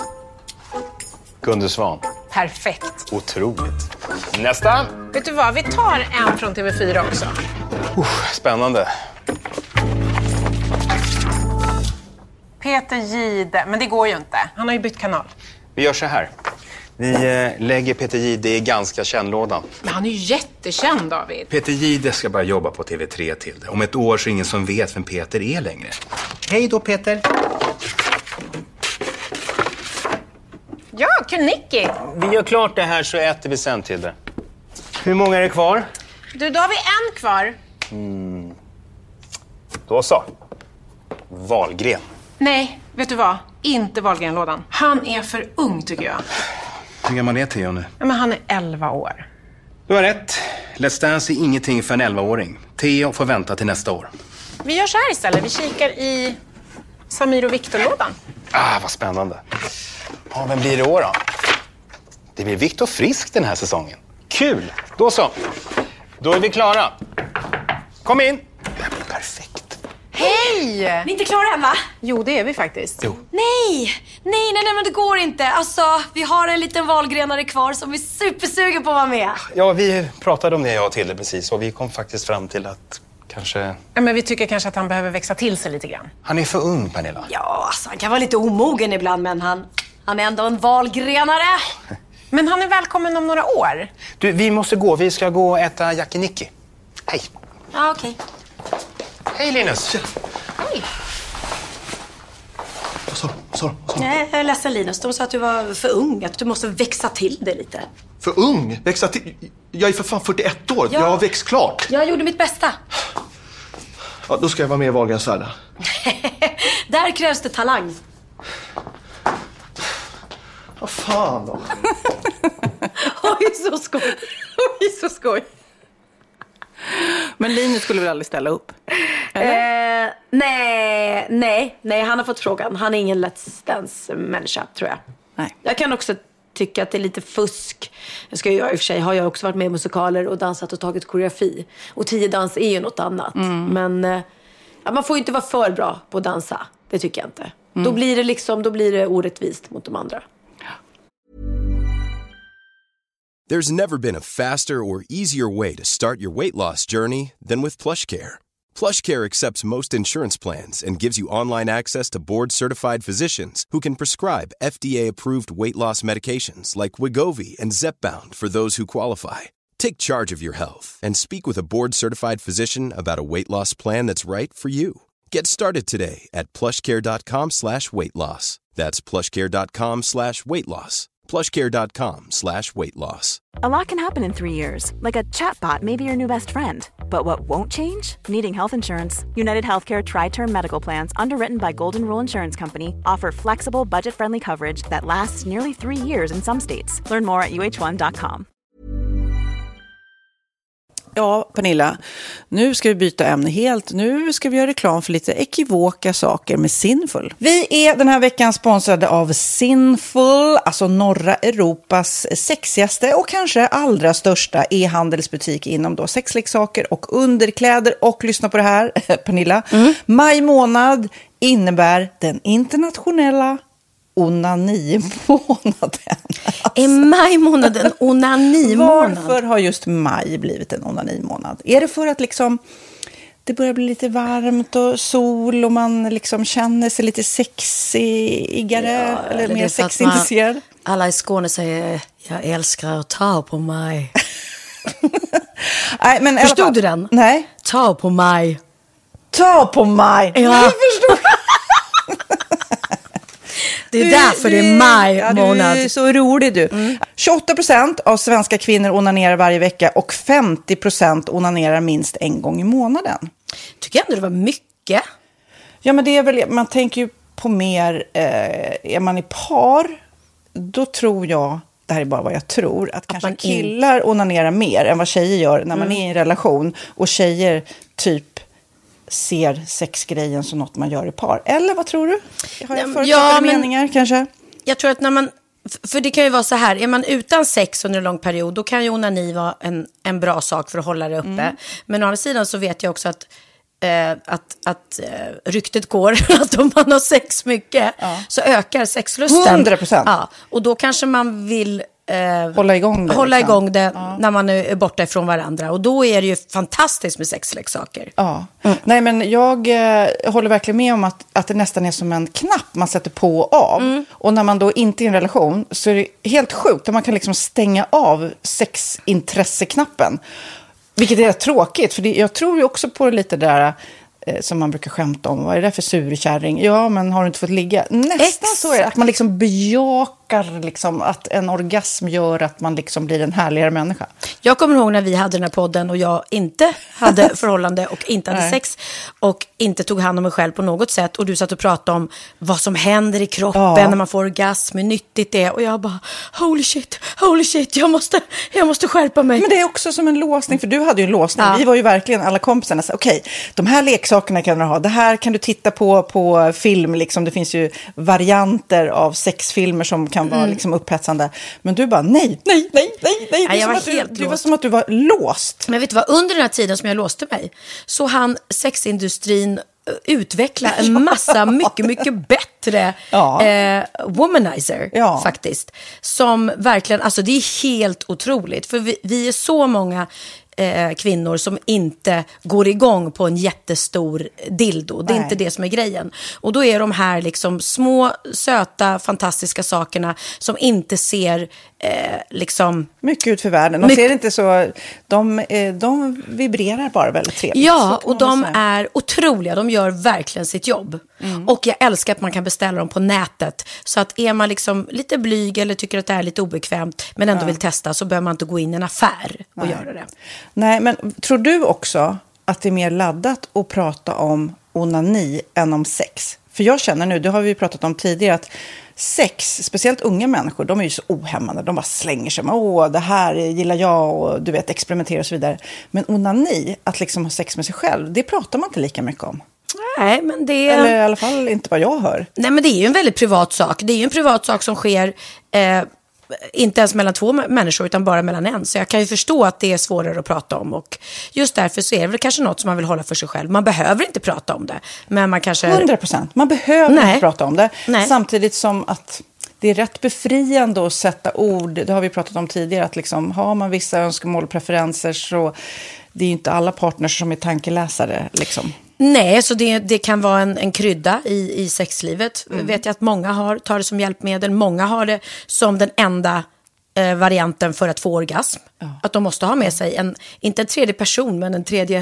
Gunde Svan. Perfekt. Otroligt. Nästa. Vet du vad, vi tar en från TV4 också. Spännande. Peter Jihde, men det går ju inte. Han har ju bytt kanal. Vi gör så här. Vi lägger Peter Jihde i ganska kändlådan. Men han är ju jättekänd, David. Peter Jihde ska bara jobba på TV3 till det. Om ett år så är ingen som vet vem Peter är längre. Hej då, Peter. Ja, kul Nicky. Vi gör klart det här så äter vi sen till det. Hur många är det kvar? Du, då har vi en kvar. Då så. Wahlgren. Nej, vet du vad? Inte Wahlgren-lådan. Han är för ung, tycker jag. Hur gammal är Theo nu? Ja, men han är 11 år. Du har rätt. Let's Dance är ingenting för en 11-åring. Theo får vänta till nästa år. Vi gör så här istället. Vi kikar i Samir och Viktor-lådan. Vad spännande. Ja, vem blir det i år då? Det blir Viktor Frisk den här säsongen. Kul! Då så. Då är vi klara. Kom in! Det blir perfekt. Hej! Ni är inte klara än, va? Jo, det är vi faktiskt. Jo. Nej, men det går inte. Alltså, vi har en liten valgrenare kvar som är supersugen på att vara med. Ja, vi pratade om det jag och Tilde precis. Och vi kom faktiskt fram till att kanske... Ja, men vi tycker kanske att han behöver växa till sig lite grann. Han är för ung, Pernilla. Ja, alltså, han kan vara lite omogen ibland, men han är ändå en valgrenare. Men han är välkommen om några år. Du, vi måste gå. Vi ska gå och äta Yakinicki. Hej. Ja, okej. Hej, Linus. Hej. Vad sa du? Nej, jag är ledsen, Linus. De sa att du var för ung, att du måste växa till det lite. För ung? Växa till? Jag är för fan 41 år. Ja. Jag har växt klart. Jag gjorde mitt bästa. Ja, då ska jag vara med i Wahlgrens värld. Där krävs det talang. Vad fan då? Oj, så skoj. Men Linus skulle väl aldrig ställa upp? Nej, han har fått frågan. Han är ingen Let's Dance-människa, tror jag. Nej. Jag kan också tycka att det är lite fusk. I och för sig har jag också varit med i musikaler och dansat och tagit koreografi. Och 10-dans är ju något annat. Men man får ju inte vara för bra på att dansa. Det tycker jag inte. Då blir det orättvist mot de andra. There's never been a faster or easier way to start your weight loss journey than with PlushCare. PlushCare accepts most insurance plans and gives you online access to board-certified physicians who can prescribe FDA-approved weight loss medications like Wegovy and Zepbound for those who qualify. Take charge of your health and speak with a board-certified physician about a weight loss plan that's right for you. Get started today at plushcare.com/weightloss. That's plushcare.com/weightloss. plushcare.com/weightloss. A lot can happen in 3 years, like a chatbot may be your new best friend. But what won't change? Needing health insurance. United Healthcare Tri-Term Medical Plans, underwritten by Golden Rule Insurance Company, offer flexible, budget-friendly coverage that lasts nearly 3 years in some states. Learn more at uh1.com. Ja, Pernilla, nu ska vi byta ämne helt. Nu ska vi göra reklam för lite ekivoka saker med Sinful. Vi är den här veckan sponsrade av Sinful, alltså norra Europas sexigaste och kanske allra största e-handelsbutik inom då sexleksaker och underkläder. Och lyssna på det här, Pernilla. Maj månad innebär den internationella onanimånaden. Är maj-månad en onanimånad? Varför har just maj blivit en onanimånad? Är det för att liksom det börjar bli lite varmt och sol och man liksom känner sig lite sexigare eller mer sexintresserad? Alla i Skåne säger jag älskar att ta på mig. Nej, men förstod du den? Nej. Ta på mig. Ta på mig. Ja. Jag förstod. Det är därför det är maj månad. Du är så rolig du. 28% av svenska kvinnor onanerar varje vecka och 50% onanerar minst en gång i månaden. Tycker jag ändå det var mycket. Ja, men det är väl, man tänker ju på mer, är man i par, då tror jag, det här är bara vad jag tror, att kanske killar onanerar mer än vad tjejer gör när man är i en relation. Och tjejer typ ser sexgrejen som något man gör i par. Eller vad tror du? Har jag förutsatta meningar kanske? Jag tror att när man, för det kan ju vara så här, är man utan sex under en lång period, då kan ju onani vara en bra sak för att hålla det uppe. Men å andra sidan så vet jag också att ryktet går att om man har sex mycket så ökar sexlusten. 100%. Ja, och då kanske man vill hålla igång det när man är borta ifrån varandra. Och då är det ju fantastiskt med sexleksaker. Ja. Nej, men jag håller verkligen med om att det nästan är som en knapp man sätter på och av. Och när man då inte är i en relation så är det helt sjukt att man kan liksom stänga av sexintresseknappen. Vilket är tråkigt, för jag tror ju också på lite där som man brukar skämta om. Vad är det för surkärring? Ja, men har du inte fått ligga? Nästan så är det, att man liksom bejakar orsakar liksom att en orgasm gör att man liksom blir en härligare människa? Jag kommer ihåg när vi hade den här podden och jag inte hade förhållande och inte hade sex och inte tog hand om mig själv på något sätt. Och du satt och pratade om vad som händer i kroppen när man får orgasm, hur nyttigt det är. Och jag bara, holy shit, jag måste skärpa mig. Men det är också som en låsning, för du hade ju en låsning. Vi var ju verkligen alla kompisarna. Okej, de här leksakerna kan du ha. Det här kan du titta på film. Liksom. Det finns ju varianter av sexfilmer som kan vara liksom upphetsande. Men du bara, nej. Det var som att du var låst. Men vet du vad, under den här tiden som jag låste mig så hann sexindustrin utveckla en massa mycket bättre womanizer faktiskt. Som verkligen, alltså det är helt otroligt. För vi är så många kvinnor som inte går igång på en jättestor dildo. Det är inte det som är grejen. Och då är de här liksom små, söta, fantastiska sakerna som inte ser liksom... mycket ut för världen. De ser inte så... De vibrerar bara väldigt trevligt. Ja, och de är otroliga. De gör verkligen sitt jobb. Och jag älskar att man kan beställa dem på nätet. Så att är man liksom lite blyg eller tycker att det är lite obekvämt men ändå vill testa, så behöver man inte gå in i en affär och göra det. Nej, men tror du också att det är mer laddat att prata om onani än om sex? För jag känner nu, det har vi pratat om tidigare, att sex, speciellt unga människor, de är ju så ohämmande. De bara slänger sig med, det här gillar jag och du vet, experimentera och så vidare. Men onani, att liksom ha sex med sig själv, det pratar man inte lika mycket om. Nej, men det... Eller i alla fall inte vad jag hör. Nej, men det är ju en väldigt privat sak. Det är ju en privat sak som sker... inte ens mellan två människor utan bara mellan en. Så jag kan ju förstå att det är svårare att prata om. Och just därför så är det väl kanske något som man vill hålla för sig själv. Man behöver inte prata om det. Men man kanske... 100%. Man behöver inte prata om det. Nej. Samtidigt som att det är rätt befriande att sätta ord. Det har vi pratat om tidigare. Att liksom, har man vissa önskemål och preferenser så det är ju inte alla partners som är tankeläsare liksom. Nej, så det kan vara en krydda i sexlivet. Vet jag att många tar det som hjälpmedel. Många har det som den enda varianten för att få orgasm. Att de måste ha med sig inte en tredje person, men en tredje...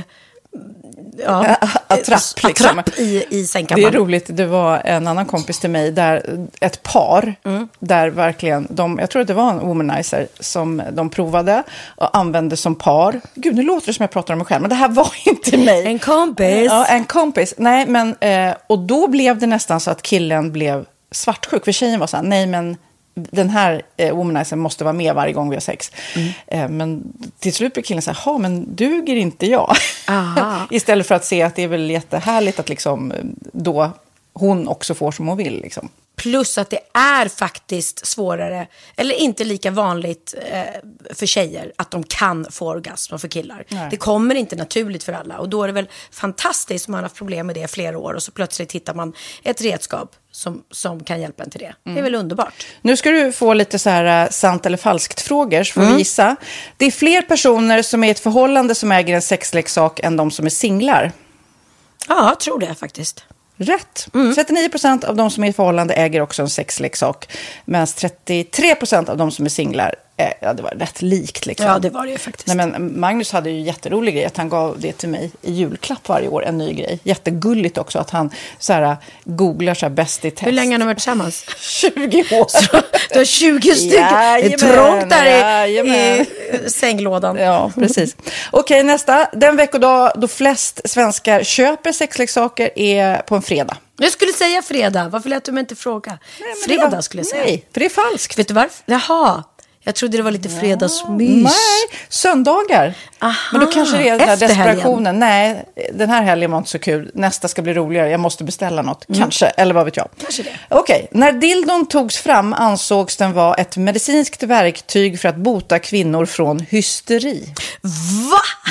attrapp i sängkammaren. Det är roligt, det var en annan kompis till mig där ett par där verkligen jag tror att det var en womanizer som de provade och använde som par. Gud, nu låter det som jag pratar om mig själv, men det här var inte mig. En kompis. Ja, en kompis. Nej, men och då blev det nästan så att killen blev svartsjuk, för tjejen var så här, nej men den här womanizern måste vara med varje gång vi har sex. Men till slut blir killen så här, men duger inte jag? Istället för att se att det är väl jättehärligt att liksom, då hon också får som hon vill. Liksom. Plus att det är faktiskt svårare, eller inte lika vanligt för tjejer att de kan få orgasm för killar. Nej. Det kommer inte naturligt för alla. Och då är det väl fantastiskt om man har haft problem med det flera år och så plötsligt hittar man ett redskap som kan hjälpa en till det. Det är väl underbart. Nu ska du få lite så här sant eller falskt frågor, så får vi gissa. Det är fler personer som är i ett förhållande som äger en sexleksak än de som är singlar. Ja, jag tror det faktiskt. Rätt. 39% av de som är i förhållande äger också en sexleksak. Medan 33% av de som är singlar, det var rätt likt. Liksom. Ja, det var det ju faktiskt. Nej, men Magnus hade ju jätterolig grej att han gav det till mig i julklapp varje år, en ny grej. Jättegulligt också att han så här, googlar så här bäst i test. Hur länge har ni varit tillsammans? 20 år. Så, du har 20 stycken. Det är trångt där i sänglådan. Ja, precis. Okej, nästa. Den veckodag då flest svenskar köper sexleksaker är på en fredag. Jag skulle säga fredag. Varför lät du mig inte fråga? Fredag skulle jag säga. Nej, för det är falskt. Vet du varför? Jaha. Jag trodde det var lite fredagsmys. Nej, söndagar. Aha, men då kanske det är den här desperationen. Helgen. Nej, den här helgen var inte så kul. Nästa ska bli roligare. Jag måste beställa något. Kanske, eller vad vet jag. Kanske det. Okej, när dildon togs fram ansågs den vara ett medicinskt verktyg för att bota kvinnor från hysteri. Va?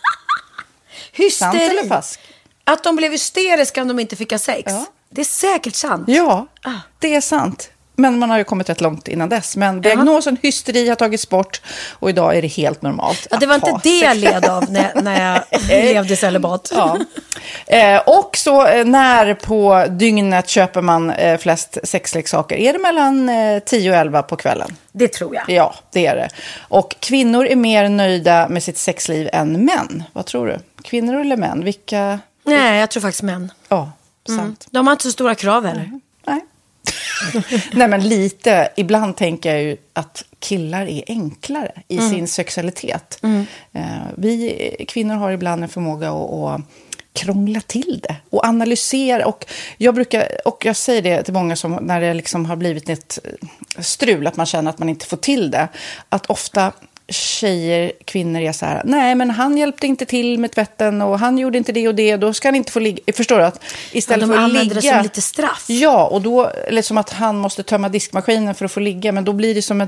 Hysteri? Sant eller falskt? Att de blev hysteriska om de inte fick ha sex. Ja. Det är säkert sant. Ja, det är sant. Men man har ju kommit rätt långt innan dess. Men diagnosen hysteri har tagits bort och idag är det helt normalt. Ja, det var inte det jag led av när jag levde i celibat. Ja. Och så när på dygnet köper man flest sexleksaker? Är det mellan 10 och 11 på kvällen? Det tror jag. Ja, det är det. Och kvinnor är mer nöjda med sitt sexliv än män. Vad tror du? Kvinnor eller män? Vilka? Nej, jag tror faktiskt män. Ja, sant. De har inte så stora krav heller. Nej. Nej, men lite. Ibland tänker jag ju att killar är enklare i sin sexualitet. Vi kvinnor har ibland en förmåga att krångla till det och analysera. Och jag säger det till många som när det liksom har blivit ett strul, att man känner att man inte får till det. Att ofta kvinnor är så här, nej men han hjälpte inte till med tvätten och han gjorde inte det och det, då ska han inte få ligga. Förstår du? Att istället för att ligga, det som lite straff. Ja, och då eller som att han måste tömma diskmaskinen för att få ligga, men då blir det som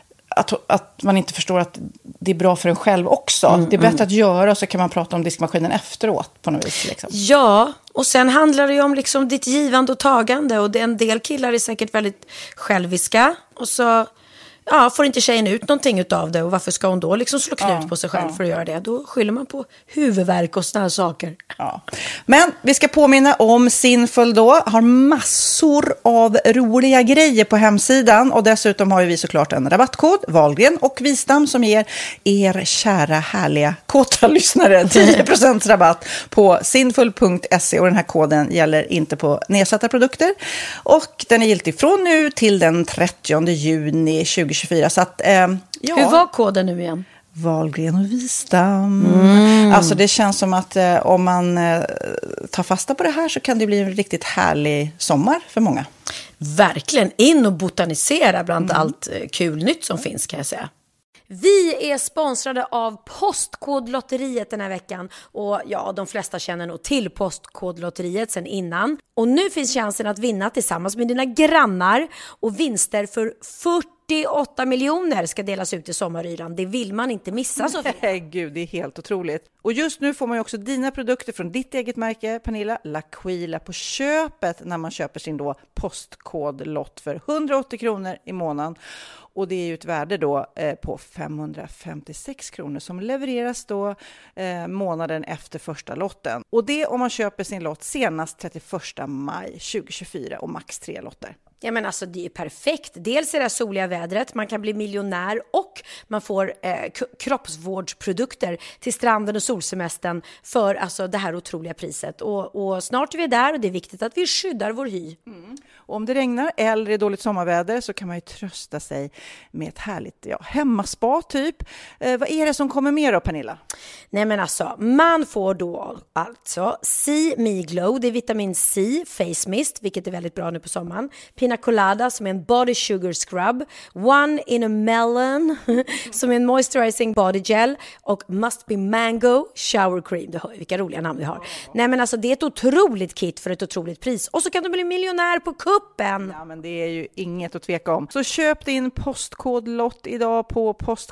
att man inte förstår att det är bra för en själv också. Det är bättre att göra, och så kan man prata om diskmaskinen efteråt på något vis. Liksom. Ja, och sen handlar det ju om liksom ditt givande och tagande. Och en del killar är säkert väldigt själviska. Och så får inte tjejen ut någonting utav det. Och varför ska hon då liksom slå knut på sig själv för att göra det? Då skyller man på huvudvärk och såna här saker. Ja. Men vi ska påminna om Sinful då. Har massor av roliga grejer på hemsidan. Och dessutom har vi såklart en rabattkod, Wahlgren och Wistam, som ger er kära, härliga, kåta lyssnare 10% rabatt på sinful.se. Och den här koden gäller inte på nedsatta produkter. Och den är giltig från nu till den 30 juni 2024. Så att, Hur var koden nu igen? Wahlgren och Wistam. Alltså det känns som att om man tar fasta på det här så kan det bli en riktigt härlig sommar för många. Verkligen, in och botanisera bland allt kul nytt som finns, kan jag säga. Vi är sponsrade av Postkodlotteriet den här veckan. Och de flesta känner nog till Postkodlotteriet sen innan. Och nu finns chansen att vinna tillsammans med dina grannar. Och vinster för 48 miljoner ska delas ut i sommaryran. Det vill man inte missa, Sofie. Gud, det är helt otroligt. Och just nu får man ju också dina produkter från ditt eget märke, Pernilla, L'Aquila, på köpet när man köper sin då postkodlott för 180 kronor i månaden. Och det är ju ett värde då på 556 kronor som levereras då månaden efter första lotten. Och det om man köper sin lott senast 31 maj 2024 och max 3 lotter. Ja, men alltså det är perfekt. Dels är det soliga vädret, man kan bli miljonär och man får kroppsvårdsprodukter till stranden och solsemestern för alltså det här otroliga priset. Och snart är vi där och det är viktigt att vi skyddar vår hy. Och om det regnar eller är dåligt sommarväder så kan man ju trösta sig med ett härligt hemmaspa typ. Vad är det som kommer mer då, Pernilla? Nej, men alltså man får då alltså See Me Glow, det är vitamin C, face mist, vilket är väldigt bra nu på sommaren. Pina Colada som är en body sugar scrub, One in a Melon som är en moisturizing body gel och Must Be Mango shower cream. Du hör vilka roliga namn vi har. Nej, men alltså det är ett otroligt kit för ett otroligt pris. Och så kan du bli miljonär på kuppen. Ja, men det är ju inget att tveka om. Så köp din postkodlott idag på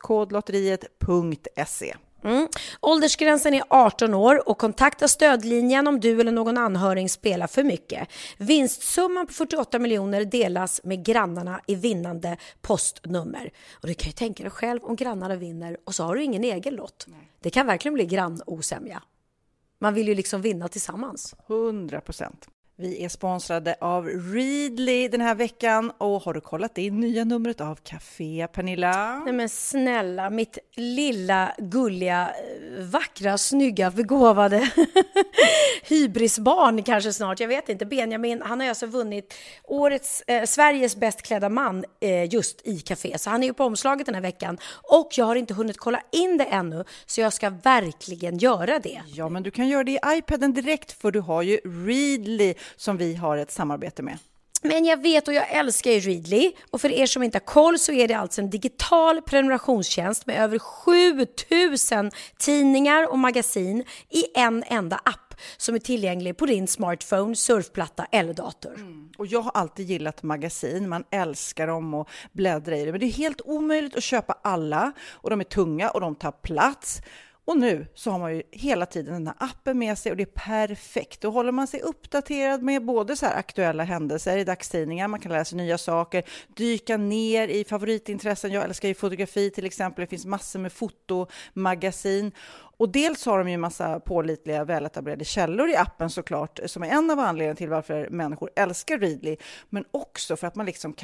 postkodlotteriet.se. Åldersgränsen är 18 år och kontakta stödlinjen om du eller någon anhörig spelar för mycket. Vinstsumman på 48 miljoner delas med grannarna i vinnande postnummer. Och du kan ju tänka dig själv om grannarna vinner och så har du ingen egen lott. Nej. Det kan verkligen bli grannosämja. Man vill ju liksom vinna tillsammans. 100%. Vi är sponsrade av Readly den här veckan. Och har du kollat det nya numret av Café, Pernilla? Nej men snälla, mitt lilla, gulliga, vackra, snygga, begåvade hybrisbarn kanske snart. Jag vet inte, Benjamin, han har alltså vunnit årets Sveriges bäst klädda man just i Café. Så han är ju på omslaget den här veckan. Och jag har inte hunnit kolla in det ännu. Så jag ska verkligen göra det. Ja, men du kan göra det i iPaden direkt för du har ju Readly som vi har ett samarbete med. Men jag vet och jag älskar ju Readly. Och för er som inte har koll så är det alltså en digital prenumerationstjänst med över 7000 tidningar och magasin i en enda app som är tillgänglig på din smartphone, surfplatta eller dator. Och jag har alltid gillat magasin. Man älskar dem och bläddra i det. Men det är helt omöjligt att köpa alla. Och de är tunga och de tar plats. Och nu så har man ju hela tiden den här appen med sig och det är perfekt. Då håller man sig uppdaterad med både så här aktuella händelser i dagstidningar. Man kan lära sig nya saker, dyka ner i favoritintressen. Jag älskar ju fotografi till exempel. Det finns massor med fotomagasin. Och dels har de ju massa pålitliga, väletablerade källor i appen såklart. Som är en av anledningarna till varför människor älskar Readly. Men också för att man liksom kan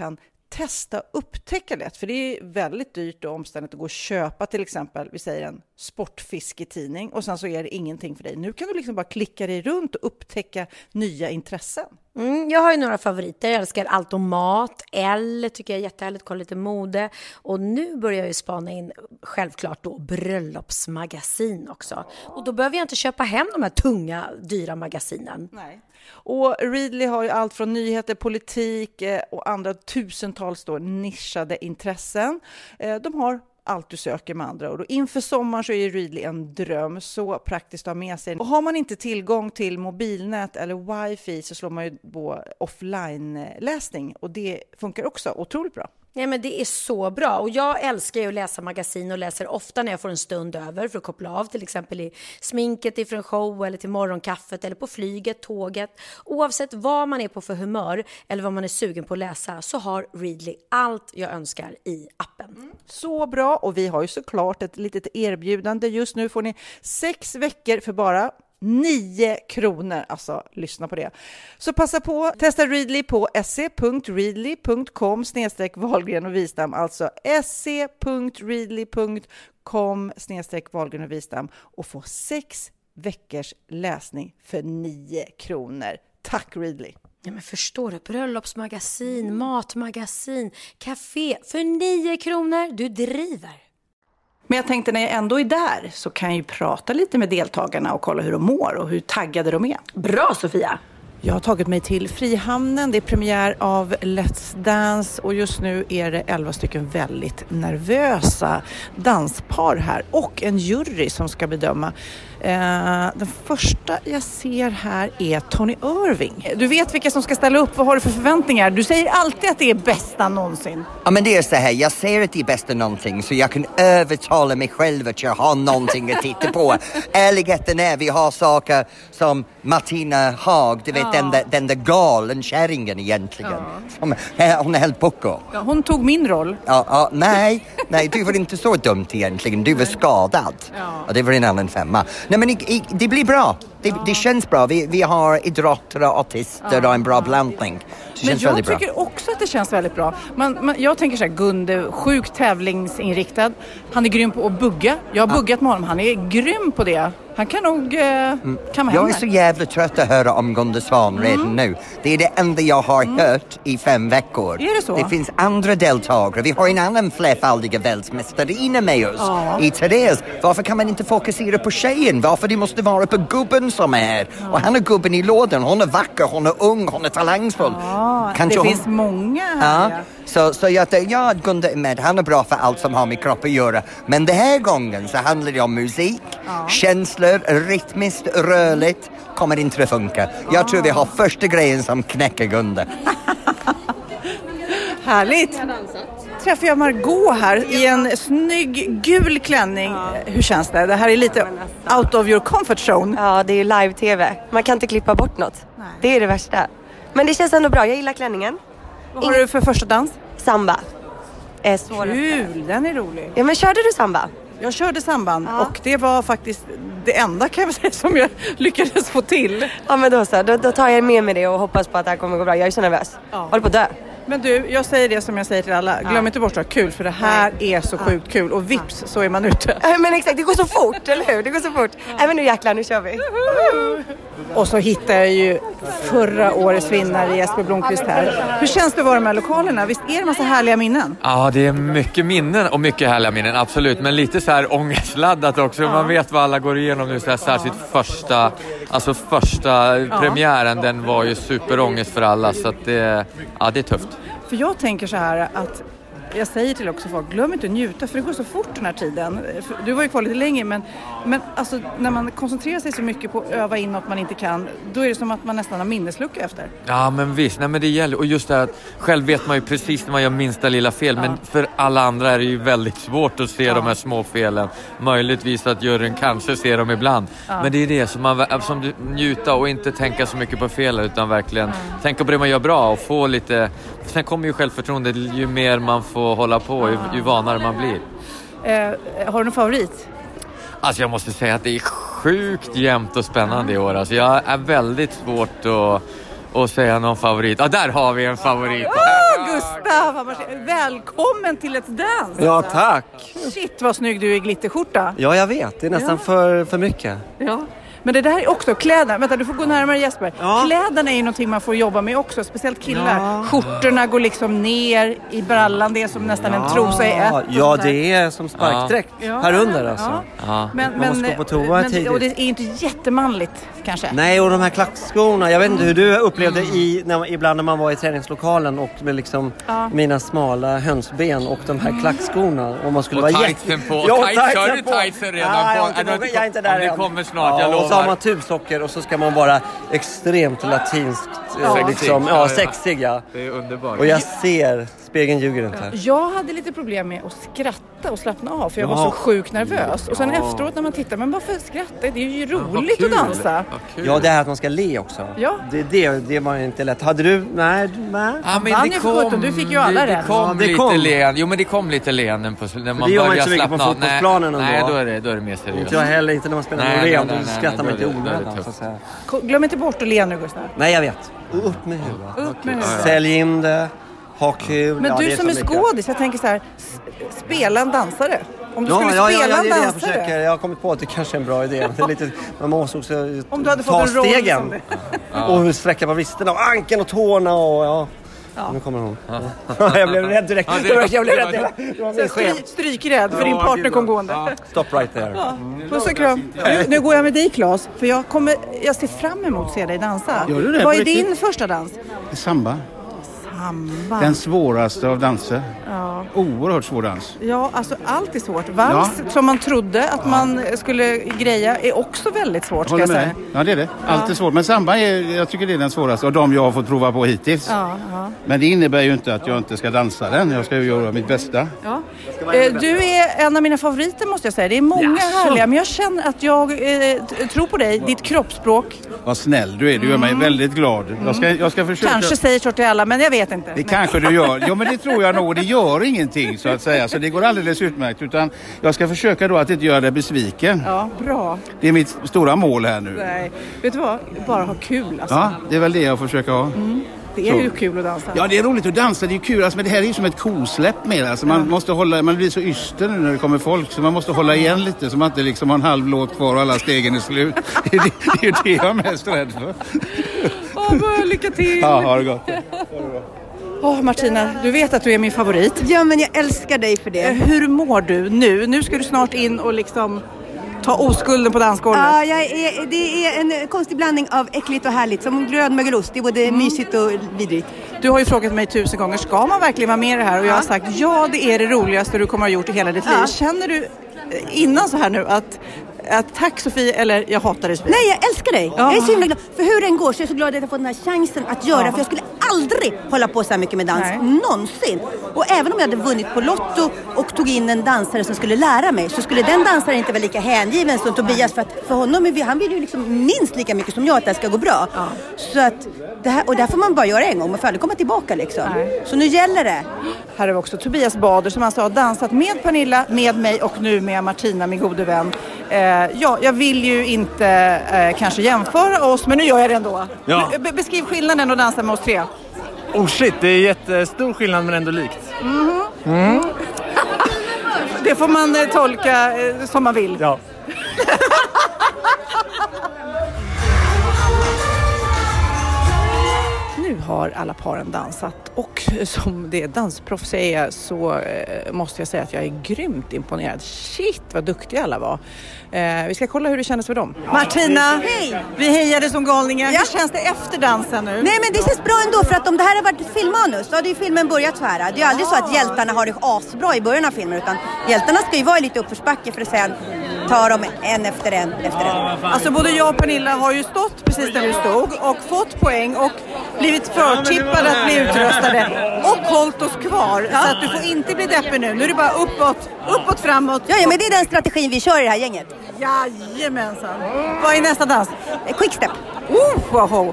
testa upptäcka lätt. För det är väldigt dyrt och omständigt att gå och köpa till exempel, vi säger en sportfisketidning och sen så är det ingenting för dig. Nu kan du liksom bara klicka dig runt och upptäcka nya intressen. Jag har ju några favoriter. Jag älskar allt om mat. Elle tycker jag är jättehärligt. Kolla lite mode. Och nu börjar jag ju spana in självklart då bröllopsmagasin också. Och då behöver jag inte köpa hem de här tunga, dyra magasinen. Nej. Och Readly har ju allt från nyheter, politik och andra tusentals då nischade intressen. De har allt du söker med andra. Och inför sommaren så är Readly en dröm, så praktiskt att ha med sig. Och har man inte tillgång till mobilnät eller wifi så slår man ju på offline-läsning. Och det funkar också otroligt bra. Nej, men det är så bra. Och jag älskar ju att läsa magasin och läser ofta när jag får en stund över för att koppla av. Till exempel i sminket ifrån en show eller till morgonkaffet eller på flyget, tåget. Oavsett vad man är på för humör eller vad man är sugen på att läsa så har Readly allt jag önskar i appen. Så bra, och vi har ju såklart ett litet erbjudande. Just nu får ni 6 veckor för bara 9 kronor, alltså lyssna på det. Så passa på, testa Readly på se.readly.com/Wahlgren och Wistam, alltså se.readly.com/Wahlgren och Wistam och få 6 veckors läsning för 9 kronor. Tack Readly! Ja, men förstår du, bröllopsmagasin, matmagasin, café för 9 kronor, du driver. Men jag tänkte när jag ändå är där så kan jag ju prata lite med deltagarna och kolla hur de mår och hur taggade de är. Bra Sofia! Jag har tagit mig till Frihamnen, det är premiär av Let's Dance och just nu är det 11 stycken väldigt nervösa danspar här och en jury som ska bedöma. Den första jag ser här är Tony Irving. Du vet vilka som ska ställa upp, vad har du för förväntningar? Du säger alltid att det är bästa någonsin. Ja, men det är så här, jag säger att det är bästa någonting så jag kan övertala mig själv att jag har någonting att titta på. Ärligheten är, vi har saker som Martina Haag, du vet den där galen kärringen egentligen. Som, hon är helt pucko. Ja, hon tog min roll. Nej, du var inte så dumt egentligen. Du var skadad. Och det var en annan femma. Nej, men det blir bra. Det känns bra. Vi har idrottare och artister och en bra blandning. Men jag tycker också att det känns väldigt bra. Jag tänker så här, Gunde, sjukt tävlingsinriktad. Han är grym på att bugga. Jag har buggat med honom. Han är grym på det. Han kan nog kamma hem. Jag är så jävla trött att höra om Gunde Svan redan nu. Det är det enda jag har hört i 5 veckor. Är det så? Det finns andra deltagare. Vi har en annan flerfaldiga världsmästarina med oss i Therese. Varför kan man inte fokusera på tjejen? Varför det måste vara på gubben som är här? Och han är gubben i lådan. Hon är vacker, hon är ung, hon är talangfull. Det finns många här. Så jag Gunde är med. Han är bra för allt som har med kropp att göra. Men den här gången så handlar det om musik, känslor, rytmiskt, rörligt. Kommer inte att funka. Jag tror vi har första grejen som knäcker Gunde. Härligt! Träffar jag Margot här i en snygg gul klänning. Hur känns det? Det här är lite out of your comfort zone. Ja, det är live-tv. Man kan inte klippa bort något. Nej. Det är det värsta. Men det känns ändå bra. Jag gillar klänningen. Vad har du för första dans? Samba. Kul, den är rolig. Ja, men körde du samba? Jag körde samban och det var faktiskt det enda kan jag säga som jag lyckades få till. Ja, men då så. Då tar jag med mig det och hoppas på att det här kommer gå bra. Jag är så nervös. Håller på att dö. Men du, jag säger det som jag säger till alla. Glöm inte bort att kul, för det här är så sjukt kul. Och vips så är man ute. Men exakt, det går så fort, eller hur? Det går så fort. Men nu jäklar, nu kör vi. Och så hittar jag ju förra årets vinnare Jesper Blomqvist här. Hur känns det att vara med lokalerna? Visst är det en massa härliga minnen? Ja, det är mycket minnen och mycket härliga minnen, absolut. Men lite så här ångestladdat också. Man vet vad alla går igenom nu. Så här, särskilt första premiären, den var ju superångest för alla. Så att det är tufft. För jag tänker så här att jag säger till också folk, glöm inte att njuta för det går så fort den här tiden. Du var ju kvar lite länge men alltså, när man koncentrerar sig så mycket på att öva in något man inte kan, då är det som att man nästan har minneslucka efter. Ja, men visst. Nej, men det gäller. Och just det här, själv vet man ju precis när man gör minsta lilla fel, men för alla andra är det ju väldigt svårt att se de här små felen. Möjligtvis att juryn kanske ser dem ibland. Men det är det som njuta och inte tänka så mycket på fel utan verkligen tänka på det man gör bra och få lite. Sen kommer ju självförtroende ju mer man får hålla på, ju vanare man blir. Har du någon favorit? Alltså jag måste säga att det är sjukt jämnt och spännande i år. Alltså jag är väldigt svårt att säga någon favorit. Ja, där har vi en favorit. Gustav, välkommen till ett dans. Ja, tack. Shit, vad snygg du är i glitterskjorta. Ja, jag vet. Det är nästan för mycket. Ja. Men det där är också kläderna. Vänta, du får gå närmare Jesper. Ja. Kläderna är ju någonting man får jobba med också. Speciellt killar. Ja. Skjortorna går liksom ner i brallan. Det är som nästan en trosa i ett. Ja, det är som sparkdräkt här under alltså. Ja. Man måste gå på toa tidigt. Och det är inte jättemanligt kanske. Nej, och de här klackskorna. Jag vet inte hur du upplevde ibland när man var i träningslokalen och med liksom mina smala hönsben och de här klackskorna. Och man skulle vara tightsen på. Kör du tightsen redan på? Jag är inte där än. Det kommer snart, jag lovar. Så har man tubsocker och så ska man vara extremt latinskt sexig. Ja. Det är underbart. Och jag ser, spegeln ljuger inte. Jag hade lite problem med att skratta och slappna av för jag var så sjukt nervös. Och sen efteråt när man tittar, men varför skratta? Det är ju roligt att dansa. Ja, det är att man ska le också. Ja. Det var inte lätt. Hade du? Nej. Ja, men det kom, du fick ju alla det. Det kom lite leenden på när man det gör man börjar inte så mycket på fotbollsplanen ändå. Nej, då är det mer seriöst. Inte jag heller, inte när man spelar Norén. Då skrattar man inte onödan. Glöm inte bort att le nu, Gustav. Nej, jag vet. Upp med huvudet. Sälj in det. Ha kul. Men du som är skådis, jag tänker så här, spela en dansare. Om du skulle spela en dansare. Jag har kommit på att det kanske är en bra idé. Det är lite, man måste också om du hade ta fått en stegen. Och sträcka på vristerna och anken och tårna och nu kommer hon. Jag blev rädd direkt. Jag blev rädd. Strykrädd för din partner kom gående. Stop right there. Puss och kram. Nu går jag med dig, Claes. För jag ser fram emot att se dig dansa. Gör du det? Vad är din första dans? Samba. Den svåraste av danser. Ja. Oerhört svår dans. Ja, alltså allt är svårt. Vals som man trodde att man skulle greja är också väldigt svårt, ska jag säga. Ja, det är det. Allt är svårt. Men samba jag tycker det är den svåraste av de jag har fått prova på hittills. Ja. Men det innebär ju inte att jag inte ska dansa den. Jag ska ju göra mitt bästa. Ja. Du är en av mina favoriter, måste jag säga. Det är många härliga, men jag känner att jag tror på dig. Ditt kroppsspråk. Vad snäll du är. Du gör mig väldigt glad. Jag ska försöka... Kanske säger så till alla, men jag vet inte. Det kanske du gör. Ja, men det tror jag nog. Det gör ingenting, så att säga. Så det går alldeles utmärkt. Utan jag ska försöka då att inte göra dig besviken. Ja, bra. Det är mitt stora mål här nu. Nej, vet du vad? Bara ha kul, alltså. Ja, det är väl det jag försöker ha. Det är ju kul att dansa. Ja, det är roligt att dansa. Det är kul. Alltså, men det här är ju som ett kosläpp med. Alltså, man blir så yster nu när det kommer folk. Så man måste hålla igen lite. Så man inte liksom har en halv låt kvar och alla stegen är slut. Det är ju det jag är mest rädd för. Lycka till! Ja, ha det gott. Martina, du vet att du är min favorit. Ja, men jag älskar dig för det. Hur mår du nu? Nu ska du snart in och liksom ta oskulden på dansgolvet. Ja, det är en konstig blandning av äckligt och härligt. Som grön mögelost. Det är både mysigt och vidrigt. Du har ju frågat mig 1000 gånger, ska man verkligen vara med i det här? Och jag har sagt, ja, det är det roligaste du kommer att ha gjort i hela ditt liv. Känner du innan så här nu att tack Sofie, eller jag hatar dig Sofie? Nej, jag älskar dig. Jag är så himla glad. För hur den går så är jag så glad att jag får den här chansen att göra. För jag skulle aldrig hålla på så här mycket med dans. Nej. Någonsin. Och även om jag hade vunnit på Lotto och tog in en dansare som skulle lära mig, så skulle den dansaren inte vara lika hängiven som Tobias. För honom, han vill ju liksom minst lika mycket som jag att det ska gå bra. Ja. Så att det här får man bara göra en gång. Man får aldrig komma tillbaka liksom. Nej. Så nu gäller det. Här är också Tobias Bader som alltså har dansat med Pernilla, med mig och nu med Martina, min gode vän. Jag vill ju inte kanske jämföra oss, men nu gör jag det ändå. Ja. Beskriv skillnaden att dansa med oss tre. Oh shit, det är jättestor skillnad men ändå likt. Det får man tolka som man vill. Ja. Nu har alla paren dansat och som det dansproffs är så måste jag säga att jag är grymt imponerad. Shit, vad duktiga alla var. Vi ska kolla hur det kändes för dem. Martina, hej! Vi hejade som galningar. Hur känns det efter dansen nu? Nej, men det känns bra ändå, för att om det här har varit filmmanus så hade ju filmen börjat så här. Det är ju aldrig så att hjältarna har det asbra i början av filmen, utan hjältarna ska ju vara lite uppförsbacke för att sen ta dem en efter en. Alltså både jag och Pernilla har ju stått precis där vi stod och fått poäng och blivit förtippade att bli utröstade och hållit oss kvar. Så att du får inte bli deppig nu. Nu är det bara uppåt, framåt. Ja, men det är den strategin vi kör i det här gänget. Jajamensan. Vad är nästa dans? Quickstep. Wow.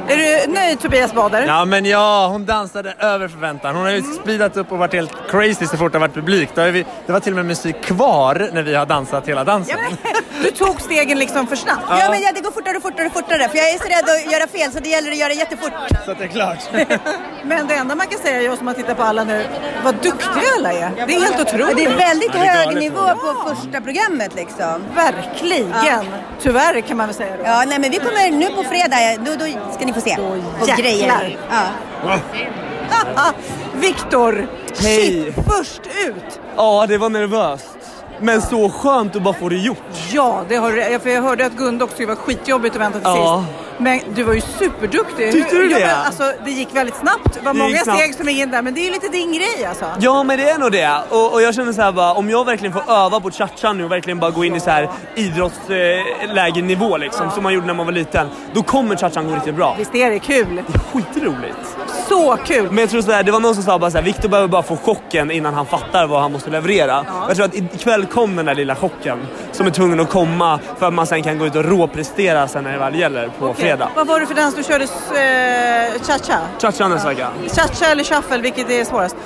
Är du nöjd, Tobias Bader? Ja, men hon dansade över förväntan. Hon har ju spridat upp och varit helt crazy så fort det har varit publik. Det var till och med musik kvar när vi har dansat hela dansen. Ja, du tog stegen liksom för snabbt. Ja, men det går fortare. För jag är så rädd att göra fel, så det gäller att göra jättefort. Så att det är klart. Men det enda man kan säga, jag som har tittat på alla nu, vad duktiga alla är. Det är helt otroligt. Det är väldigt hög nivå på första programmet liksom. Verkligen. Ja. Tyvärr kan man väl säga då. Ja, nej, men vi kommer nu på fredag. Då ska ni få se. Och grejer. Ja. Viktor, hej. Först ut. Ja, det var nervöst. Men så skönt att bara få det gjort. Ja, det har du. För jag hörde att Gunda också var skitjobbigt att vänta till sist. Men du var ju superduktig. Tyckte du det? Alltså, det gick väldigt snabbt. Det var många steg som gick in där. Men det är ju lite din grej alltså. Ja, men det är nog det. Och jag känner så här bara, om jag verkligen får öva på cha-cha nu och verkligen bara gå in i så här idrottslägenivå liksom, som man gjorde när man var liten, då kommer cha-chan gå riktigt bra. Visst är det kul? Det är skitroligt. Så kul. Men jag tror så här, det var någon som sa bara så här, Viktor behöver bara få chocken innan han fattar vad han måste leverera. Ja. Jag tror att ikväll kom den där lilla chocken som är tvungen att komma för att man sen kan gå ut och råprestera sen när det väl gäller på fredag. Vad var det för dans du körde? Cha-cha? Cha-cha nästa vecka. Cha-cha eller shuffle, vilket är svårast?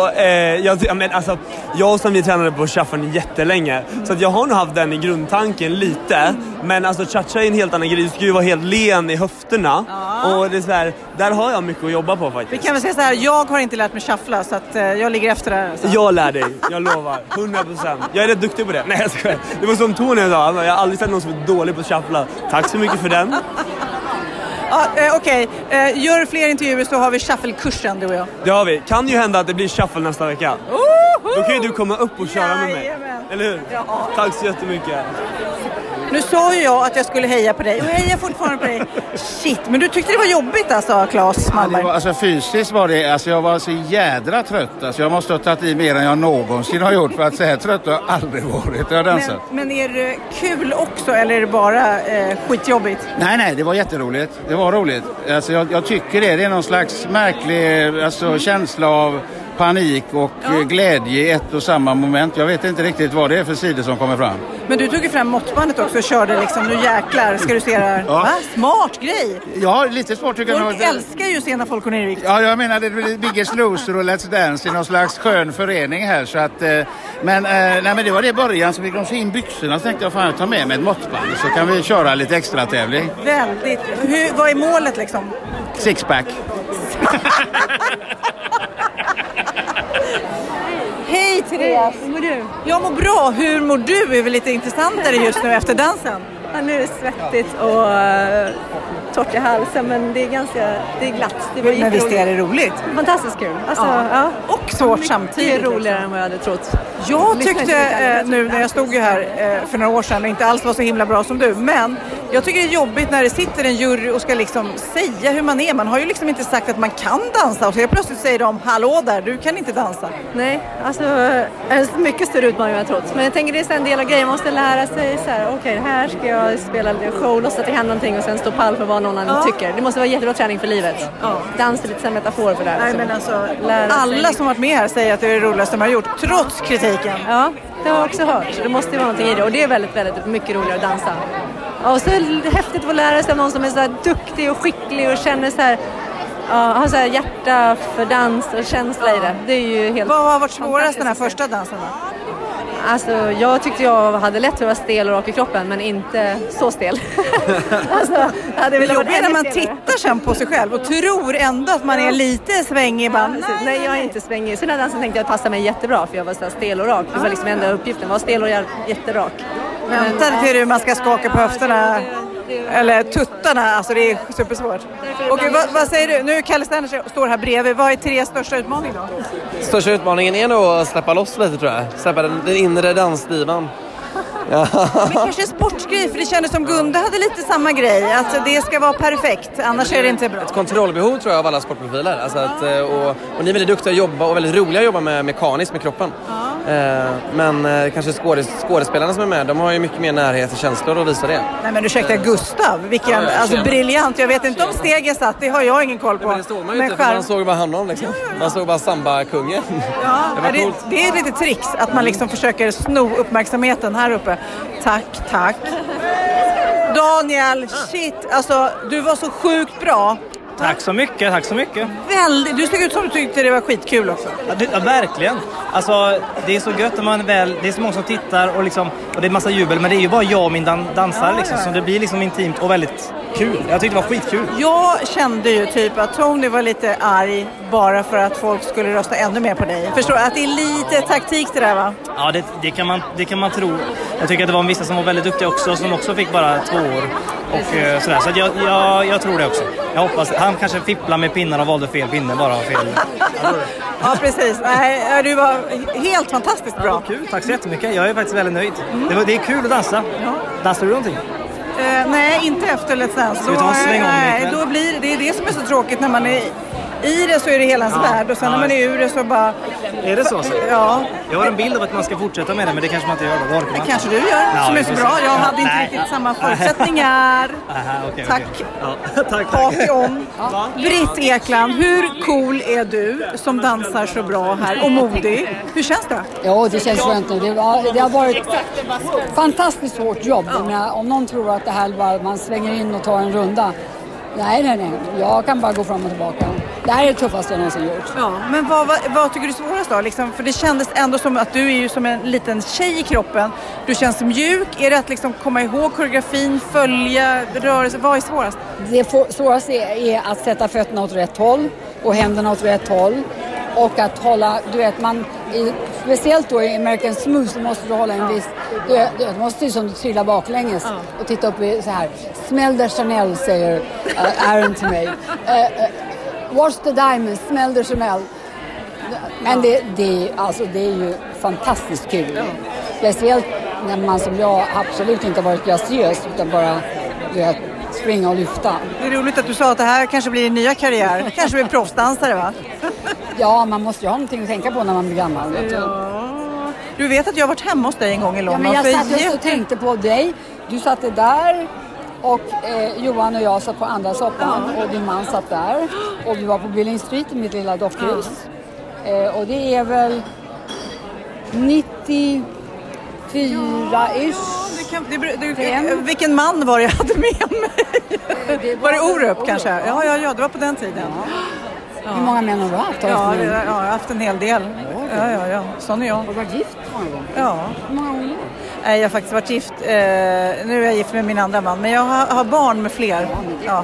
Jag som vi tränade på shuffle jättelänge, så att jag har nog haft den i grundtanken lite. Men alltså cha-cha är en helt annan grej. Du ska ju vara helt len i höfterna. Och det är så här, där har jag mycket att jobba på faktiskt. Vi kan väl säga så här, jag har inte lärt mig shuffla, så att jag ligger efter där. Så. Jag lär dig, jag lovar. 100%. Jag är rätt duktig på det. Nej, jag skojar. Det var som Tony sa, jag har aldrig sett någon som är dålig på att shuffla. Tack så mycket för den. Okej. Gör fler intervjuer så har vi shuffle-kursen, du och jag. Det har vi. Kan ju hända att det blir shuffle nästa vecka. Då kan ju du komma upp och köra med mig. Eller hur? Ja. Tack så jättemycket. Nu sa ju jag att jag skulle heja på dig och hejar fortfarande på dig. Shit, men du tyckte det var jobbigt alltså, Claes Malmberg? Ja, alltså fysiskt var det, alltså jag var så jädra trött. Alltså jag måste ha tagit i mer än jag någonsin har gjort, för att så här trött har jag aldrig varit. Jag har dansat. Men är det kul också, eller är det bara skitjobbigt? Nej, det var jätteroligt. Det var roligt. Alltså jag tycker det är någon slags märklig känsla av panik och glädje i ett och samma moment. Jag vet inte riktigt vad det är för sidor som kommer fram. Men du tog ju fram måttbandet också och körde liksom, nu jäklar ska du se det här. Va? Smart grej! Ja, lite smart tycker jag. Folk älskar ju att se när folk går ner i vikt. Ja, jag menar det blir Biggest Loser och Let's Dance i någon slags skön förening här. Så att, men det var det i början, så fick de se in byxorna, så tänkte jag fan ta med mig ett måttband så kan vi köra lite extra tävling. Väldigt. Vad är målet liksom? Sixpack. Hej Therese! Hur mår du? Jag mår bra. Hur mår du? Är väl lite intressantare just nu efter dansen? Ja, nu är det svettigt och torrt i halsen, men det är glatt. Men visst är det roligt? Fantastiskt kul. Alltså, ja. Och svårt samtidigt. Det är roligare än vad jag hade trott. Jag tyckte nu när jag stod ju här för några år sedan och inte alls var så himla bra som du, men jag tycker det är jobbigt när det sitter en jury och ska liksom säga hur man är. Man har ju liksom inte sagt att man kan dansa och så jag plötsligt säger de, hallå där, du kan inte dansa. Nej, alltså mycket större utmaning än jag trott. Men jag tänker det är en del av grejen, man måste lära sig så här, okej, här ska jag spela lite show, låtsas att det händer någonting och sen stå pall för vad någon annan tycker. Det måste vara jättebra träning för livet. Dans är lite som metafor för det här. Nej, men alltså, alla som varit med här säger att det är det roligaste de har gjort, trots kritiken. Ja, det har jag också hört. Det måste ju vara någonting i det och det är väldigt, väldigt mycket roligare att dansa. Och så är det häftigt att få lära sig av någon som är så här duktig och skicklig och känner så här, har så här hjärta för dans och känsla i det. Det är ju helt. Vad har varit svårast den här första dansen då? Alltså, jag tyckte jag hade lätt för att vara stel och rak i kroppen, men inte så stel. Alltså, det är jobbigt när man tittar sen på sig själv och tror ändå att man är lite svängig. Nej, jag är inte svängig. Så den här dansen tänkte jag att passa mig jättebra, för jag var så stel och rak. Det var liksom enda uppgiften, var stel och jätterak. Vänta till hur man ska skaka på höfterna. Eller tuttarna, alltså det är supersvårt. Okej, vad säger du? Nu Kalle Sterner står här bredvid. Vad är Therese största utmaning då? Största utmaningen är nog att släppa loss lite, tror jag. Släppa den inre dansdivan. Ja. Men kanske en sportsgrej, för det kändes som Gunda hade lite samma grej. Att det ska vara perfekt, annars är det inte bra. Ett kontrollbehov tror jag av alla sportprofiler. Alltså att, och ni är väldigt duktiga att jobba och väldigt roliga att jobba med mekaniskt med kroppen. Men kanske skådespelarna som är med, de har ju mycket mer närhet och känslor och visar det. Nej, men ursäkta, Gustav, vilken briljant. Jag vet inte om stegen satt, det har jag ingen koll på. Men det står man ju inte, för man såg bara honom liksom. Man såg bara samba-kungen. Ja, det är lite tricks att man liksom försöker sno uppmärksamheten här uppe. Tack. Daniel, shit, alltså du var så sjukt bra. Tack så mycket, tack så mycket. Väldigt, du såg ut som du tyckte det var skitkul också. Ja, verkligen. Alltså, det är så gött när man väl, det är så många som tittar och, liksom, och det är massa jubel, men det är ju bara jag och min dansare liksom, så det blir liksom intimt och väldigt kul. Jag tyckte det var skitkul. Jag kände ju typ att Tony var lite arg bara för att folk skulle rösta ännu mer på dig. Förstår du? Att det är lite taktik det där, va? Ja, det kan man tro. Jag tycker att det var vissa som var väldigt duktiga också, som också fick bara 2 år. Och sådär. Så jag tror det också. Jag hoppas. Han kanske fipplar med pinnar och valde fel pinne, bara fel. Ja, precis. Nej, du var helt fantastiskt bra. Ja, kul. Tack så jättemycket. Jag är faktiskt väldigt nöjd. Det är kul att dansa. Ja. Dansar du någonting? Nej, inte efter Let's Dance. Ska vi ta en sväng om nej, då blir det är det som är så tråkigt när man är i det, så är det hela ens värld, och sen när man är ur det så bara... Är det så? Ja. Jag har en bild av att man ska fortsätta med det, men det kanske man inte gör då. Det kanske du gör, som är så bra. Jag hade inte riktigt samma förutsättningar. Okay, tack. Ja, tack. Party om. Britt Ekland, hur cool är du som dansar så bra här och modig? Hur känns det? Ja, det känns skönt nu. Det har varit fantastiskt hårt jobb. Ja. Om någon tror att det här bara man svänger in och tar en runda. Nej. Jag kan bara gå fram och tillbaka. Det här är det tuffaste jag någonsin gjort. Ja, men vad tycker du är svårast då? Liksom, för det kändes ändå som att du är ju som en liten tjej i kroppen. Du känns mjuk. Är det att liksom komma ihåg koreografin, följa rörelse? Vad är svårast? Det svåraste är att sätta fötterna åt rätt håll och händerna åt rätt håll. Och att hålla, du vet, speciellt då i American Smooth så måste du hålla en viss, du måste ju som du trillar baklänges och titta upp i så här. Smell the Chanel, säger Aaron till mig. Watch the diamonds, smell the Chanel. Men det är ju fantastiskt kul. Ja. Speciellt när man som jag absolut inte varit graciös utan bara springa och lyfta. Det är roligt att du sa att det här kanske blir en nya karriär. Kanske blir proffsdansare, va? Ja, man måste ju ha någonting att tänka på när man blir gammal. Ja. Du vet att jag har varit hemma hos dig en gång i London. Ja, men jag satt och tänkte på dig. Du satt där och Johan och jag satt på andra soppan och din man satt där. Och vi var på Billing Street i mitt lilla dockhus. Och det är väl 94-ish. Vilken man var det jag hade med mig? Var det Orup kanske? Ja, det var på den tiden. Ja. Hur många män har du haft? Jag har haft en hel del. Ja. Sån är jag. Har du varit gift många gånger? Ja. Hur många gånger? Nej, jag har faktiskt varit gift. Nu är jag gift med min andra man. Men jag har barn med fler. Ja.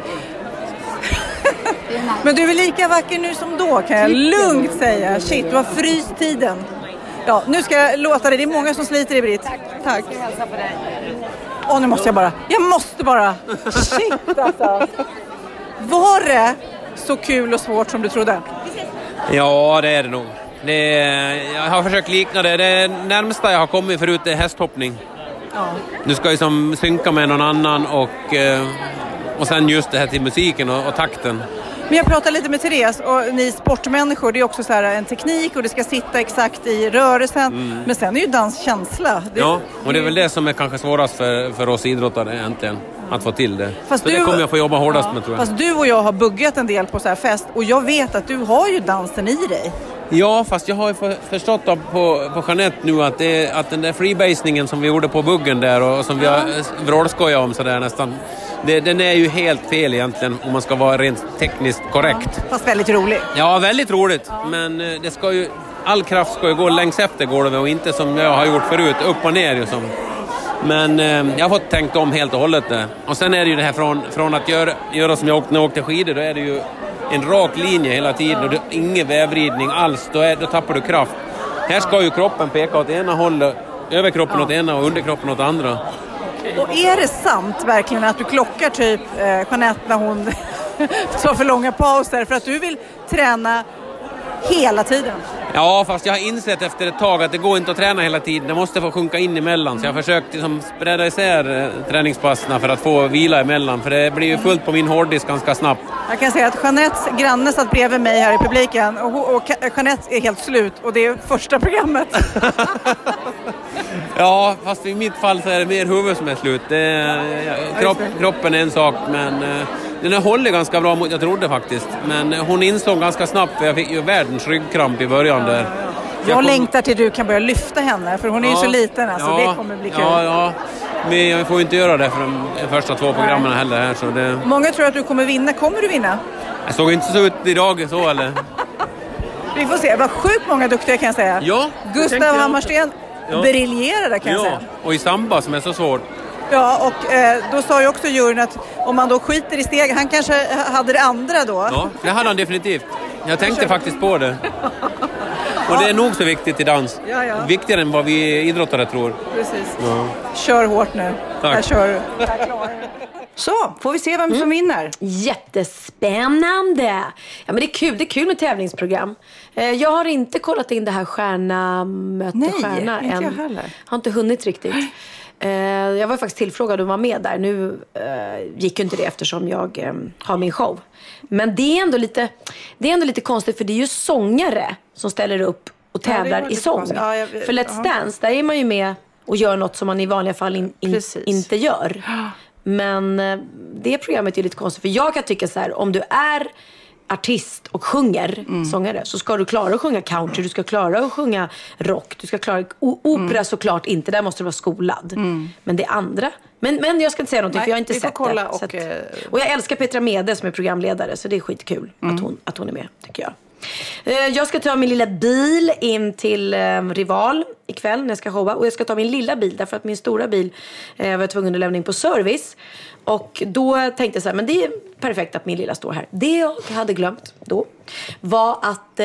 Men du är lika vacker nu som då, kan jag lugnt säga. Shit, du har fryst tiden. Ja, nu ska jag låta dig. Det är många som sliter i Britt. Tack. Jag ska hälsa på dig. Nu måste jag måste bara. Shit alltså. Var det så kul och svårt som du trodde? Ja, det är det nog. Jag har försökt likna det. Det närmsta jag har kommit förut är hästhoppning. Ja. Du ska ju som synka med någon annan och sen just det här till musiken och takten. Men jag pratade lite med Therese och ni sportmänniskor, det är också så här en teknik och det ska sitta exakt i rörelsen. Men sen är ju danskänsla. Ja, och det är väl det som är kanske svårast för oss idrottare egentligen, att få till det. Så det kommer jag få jobba hårdast med, tror jag. Fast du och jag har buggat en del på så här fest och jag vet att du har ju dansen i dig. Ja, fast jag har ju förstått på Jeanette nu att den där freebasingen som vi gjorde på buggen där och som vi har vrålskojat om sådär nästan, den är ju helt fel egentligen om man ska vara rent tekniskt korrekt. Ja, fast väldigt rolig. Ja, väldigt roligt. Men det ska ju, all kraft ska ju gå längs efter golvet och inte som jag har gjort förut, upp och ner ju som. Men jag har fått tänkt om helt och hållet där. Och sen är det ju det här från att göra som jag åkte skidor, då är det ju en rak linje hela tiden och ingen vävridning alls, då tappar du kraft. Här ska ju kroppen peka åt ena hållet, överkroppen åt ena och underkroppen åt andra. Och är det sant verkligen att du klockar typ Jeanette när hon tar för långa pauser för att du vill träna hela tiden? Ja, fast jag har insett efter ett tag att det går inte att träna hela tiden. Det måste få sjunka in emellan. Så jag har försökt liksom sprida isär träningspassarna för att få vila emellan. För det blir ju fullt på min hårddisk ganska snabbt. Jag kan säga att Jeanettes granne satt bredvid mig här i publiken. Och Jeanette är helt slut. Och det är första programmet. Ja, fast i mitt fall så är det mer huvud som är slut. Kroppen är en sak, men den har hållit ganska bra mot jag trodde faktiskt. Men hon insåg ganska snabbt, för jag fick ju världens ryggkramp i början där. Jag längtar till du kan börja lyfta henne, för hon är ju så liten, alltså det kommer bli kul. Ja. vi får ju inte göra det för de första 2 programmen heller här. Så det... Många tror att du kommer vinna. Kommer du vinna? Jag såg inte så ut idag så eller? Vi får se. Det var sjukt många duktiga kan jag säga. Ja. Gustav Hammarsten briljerade kan jag säga. Och i samba som är så svårt. Ja, och då sa ju också juryn att om man då skiter i steg, han kanske hade det andra då. Ja, det hade han definitivt. Jag tänkte faktiskt på det. Och det är nog så viktigt i dans. Ja. Viktigare än vad vi idrottare tror. Precis. Ja. Kör hårt nu. Tack. Här kör du. Så, får vi se vem som vinner. Jättespännande. Ja, men det är kul med tävlingsprogram. Jag har inte kollat in det här Stjärna möter stjärna än. Nej, inte jag heller. Har inte hunnit riktigt. Jag var faktiskt tillfrågad att vara med där. Nu gick ju inte det eftersom jag har min show. Men det är ändå lite konstigt för det är ju sångare som ställer upp och tävlar i sång. Ja, för Let's Dance, där är man ju med och gör något som man i vanliga fall inte gör. Men det programmet är lite konstigt. För jag kan tycka så här, om du är artist och sjunger, sångare, så ska du klara att sjunga country, du ska klara att sjunga rock, du ska klara opera såklart inte, där måste du vara skolad. Men det är andra. Men jag ska inte säga någonting för jag har inte sett det. Och jag älskar Petra Mede som är programledare, så det är skitkul att hon är med, tycker jag. Jag ska ta min lilla bil in till Rival ikväll när jag ska showa. Och jag ska ta min lilla bil därför att min stora bil var jag tvungen att lämna in på service. Och då tänkte jag så här, men det är perfekt att min lilla står här. Det jag hade glömt då var att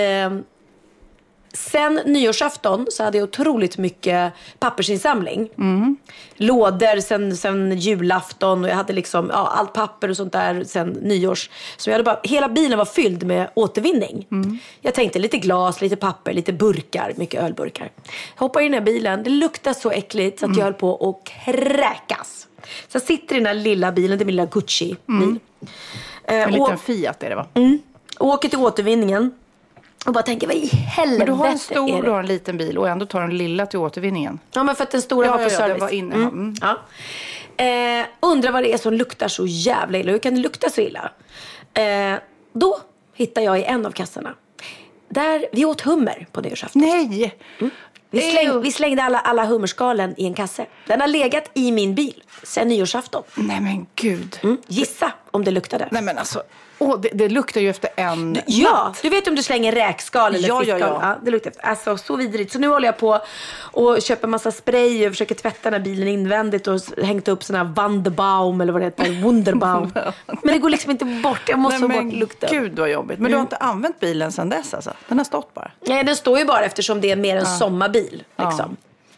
sen nyårsafton så hade jag otroligt mycket pappersinsamling. Lådor sen julafton och jag hade liksom allt papper och sånt där sen nyårs. Så jag hade hela bilen var fylld med återvinning. Jag tänkte lite glas, lite papper, lite burkar, mycket ölburkar. Jag hoppar in i den här bilen, det luktar så äckligt så att jag höll på att kräkas. Så jag sitter i den här lilla bilen, det är min lilla Gucci-bil. En liten Fiat är det va? Och åker till återvinningen. Och bara tänker, vad i helvete. Men du har en stor och en liten bil och ändå tar den lilla till återvinningen. Ja, men för att den stora var på service. Var inne. Undrar vad det är som luktar så jävla illa. Hur kan det lukta så illa? Då hittar jag i en av kassarna. Där vi åt hummer på nyårsafton. Nej! Vi slängde alla hummerskalen i en kasse. Den har legat i min bil sen nyårsafton. Nej men gud. Gissa om det luktade. Nej men alltså, det luktar ju efter en natt. Du vet om du slänger räkskal eller fiskskal. Ja, det luktar efter. Alltså så vidrigt. Så nu håller jag på och köper massa spray och försöker tvätta den här bilen invändigt och hängt upp såna här Wunderbaum eller vad det heter, Wunderbaum. Men det går liksom inte bort. Jag måste få bort lukten. Gud vad jobbigt. Men du har inte använt bilen sedan dess alltså? Den har stått bara? Nej, den står ju bara eftersom det är mer en sommarbil liksom.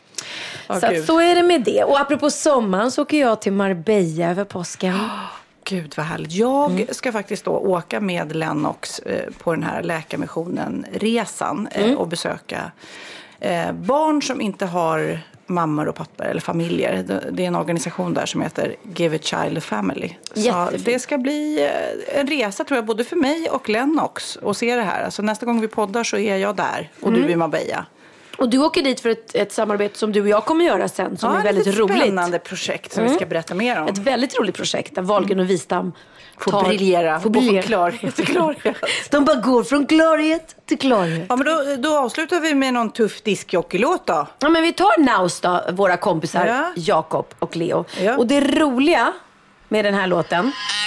Så är det med det. Och apropå sommaren så åker jag till Marbella över påsken. Gud vad härligt. Jag ska faktiskt då åka med Lennox på den här läkarmissionen-resan och besöka barn som inte har mammor och pappor eller familjer. Det är en organisation där som heter Give a Child a Family. Så det ska bli en resa tror jag både för mig och Lennox att se det här. Alltså nästa gång vi poddar så är jag där och du i Marbella. Och du åker dit för ett samarbete som du och jag kommer göra sen som är väldigt roligt. Ett spännande projekt som vi ska berätta mer om. Ett väldigt roligt projekt där Wahlgren och Wistam får briljera. Får klarhet till klarhet. De bara går från klarhet till klarhet. Ja, men då avslutar vi med någon tuff diskjockeylåt då. Ja, men vi tar Naus då, våra kompisar Jakob och Leo. Ja. Och det roliga med den här låten.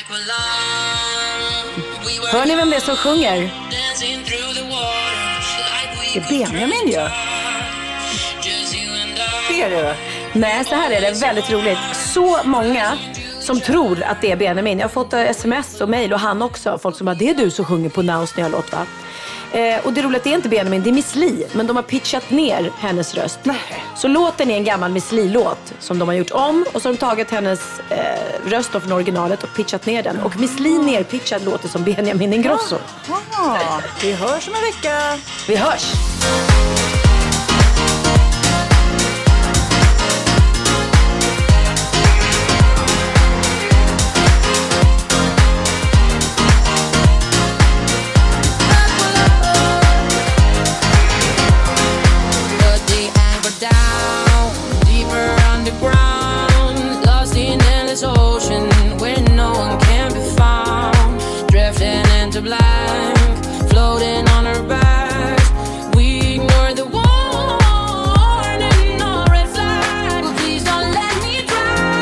Hör ni vem det är som sjunger? Det är Benjamin ju. Det är det. Nej, så här är det väldigt roligt. Så många som tror att det är Benjamin. Jag har fått sms och mejl och han också. Folk som bara, det är du som sjunger på Naus nya låt va? Och det är roligt, det är inte Benjamin, det är Miss Li. Men de har pitchat ner hennes röst. Nej. Så låten är en gammal Miss Li-låt som de har gjort om. Och så har de tagit hennes röst från originalet och pitchat ner den. Och Miss Li nerpitchad låter som Benjamin Ingrosso. Vi hörs om en vecka. Vi hörs. Ocean where no one can be found, drifting into black, floating on our backs. We ignore the warning, no red flag, but please don't let me drown.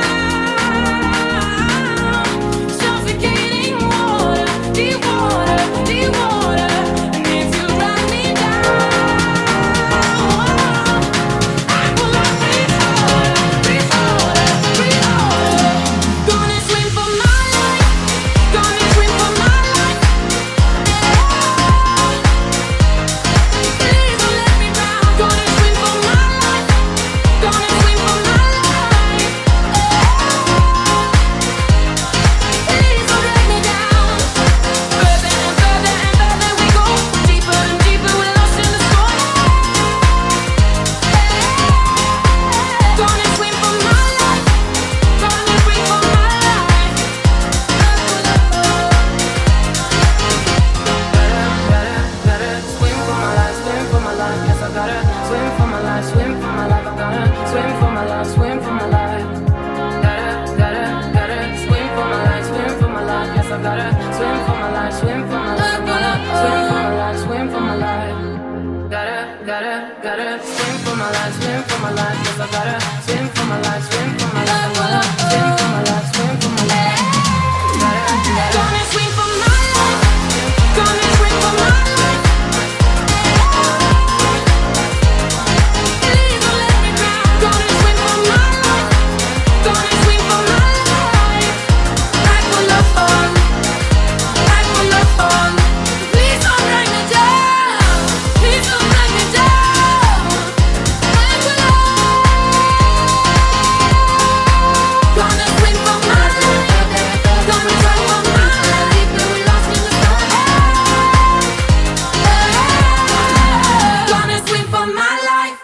Gotta swim for my life, swim for my life. Yes, I gotta swim for my life, swim for my life. I wanna swim for my life, swim for my life. Gonna swim for my life. Gonna swim for my life. Please don't let me drown. Gonna swim for my life. Gonna swim for my life. Right for love on. Right for love on. Please don't bring me down. Please don't bring me down. Right for love. Gonna swim for my life. Gonna swim for my life. We're lost in the storm. Gonna swim for my life.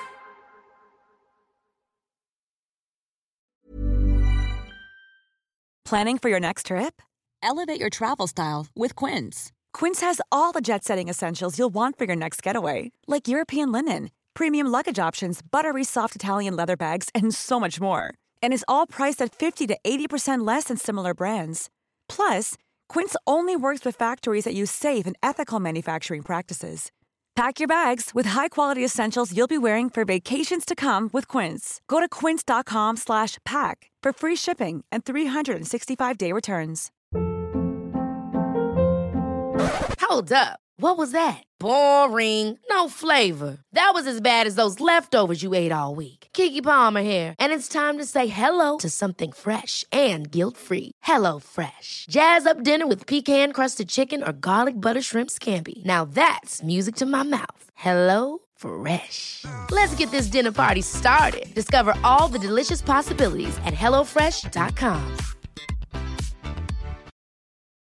Planning for your next trip? Elevate your travel style with Quince. Quince has all the jet-setting essentials you'll want for your next getaway, like European linen, premium luggage options, buttery soft Italian leather bags, and so much more. And is all priced at 50 to 80% less than similar brands. Plus, Quince only works with factories that use safe and ethical manufacturing practices. Pack your bags with high-quality essentials you'll be wearing for vacations to come with Quince. Go to quince.com/pack for free shipping and 365-day returns. Hold up. What was that? Boring. No flavor. That was as bad as those leftovers you ate all week. Keke Palmer here, and it's time to say hello to something fresh and guilt-free. Hello Fresh. Jazz up dinner with pecan-crusted chicken or garlic butter shrimp scampi. Now that's music to my mouth. Hello Fresh. Let's get this dinner party started. Discover all the delicious possibilities at hellofresh.com.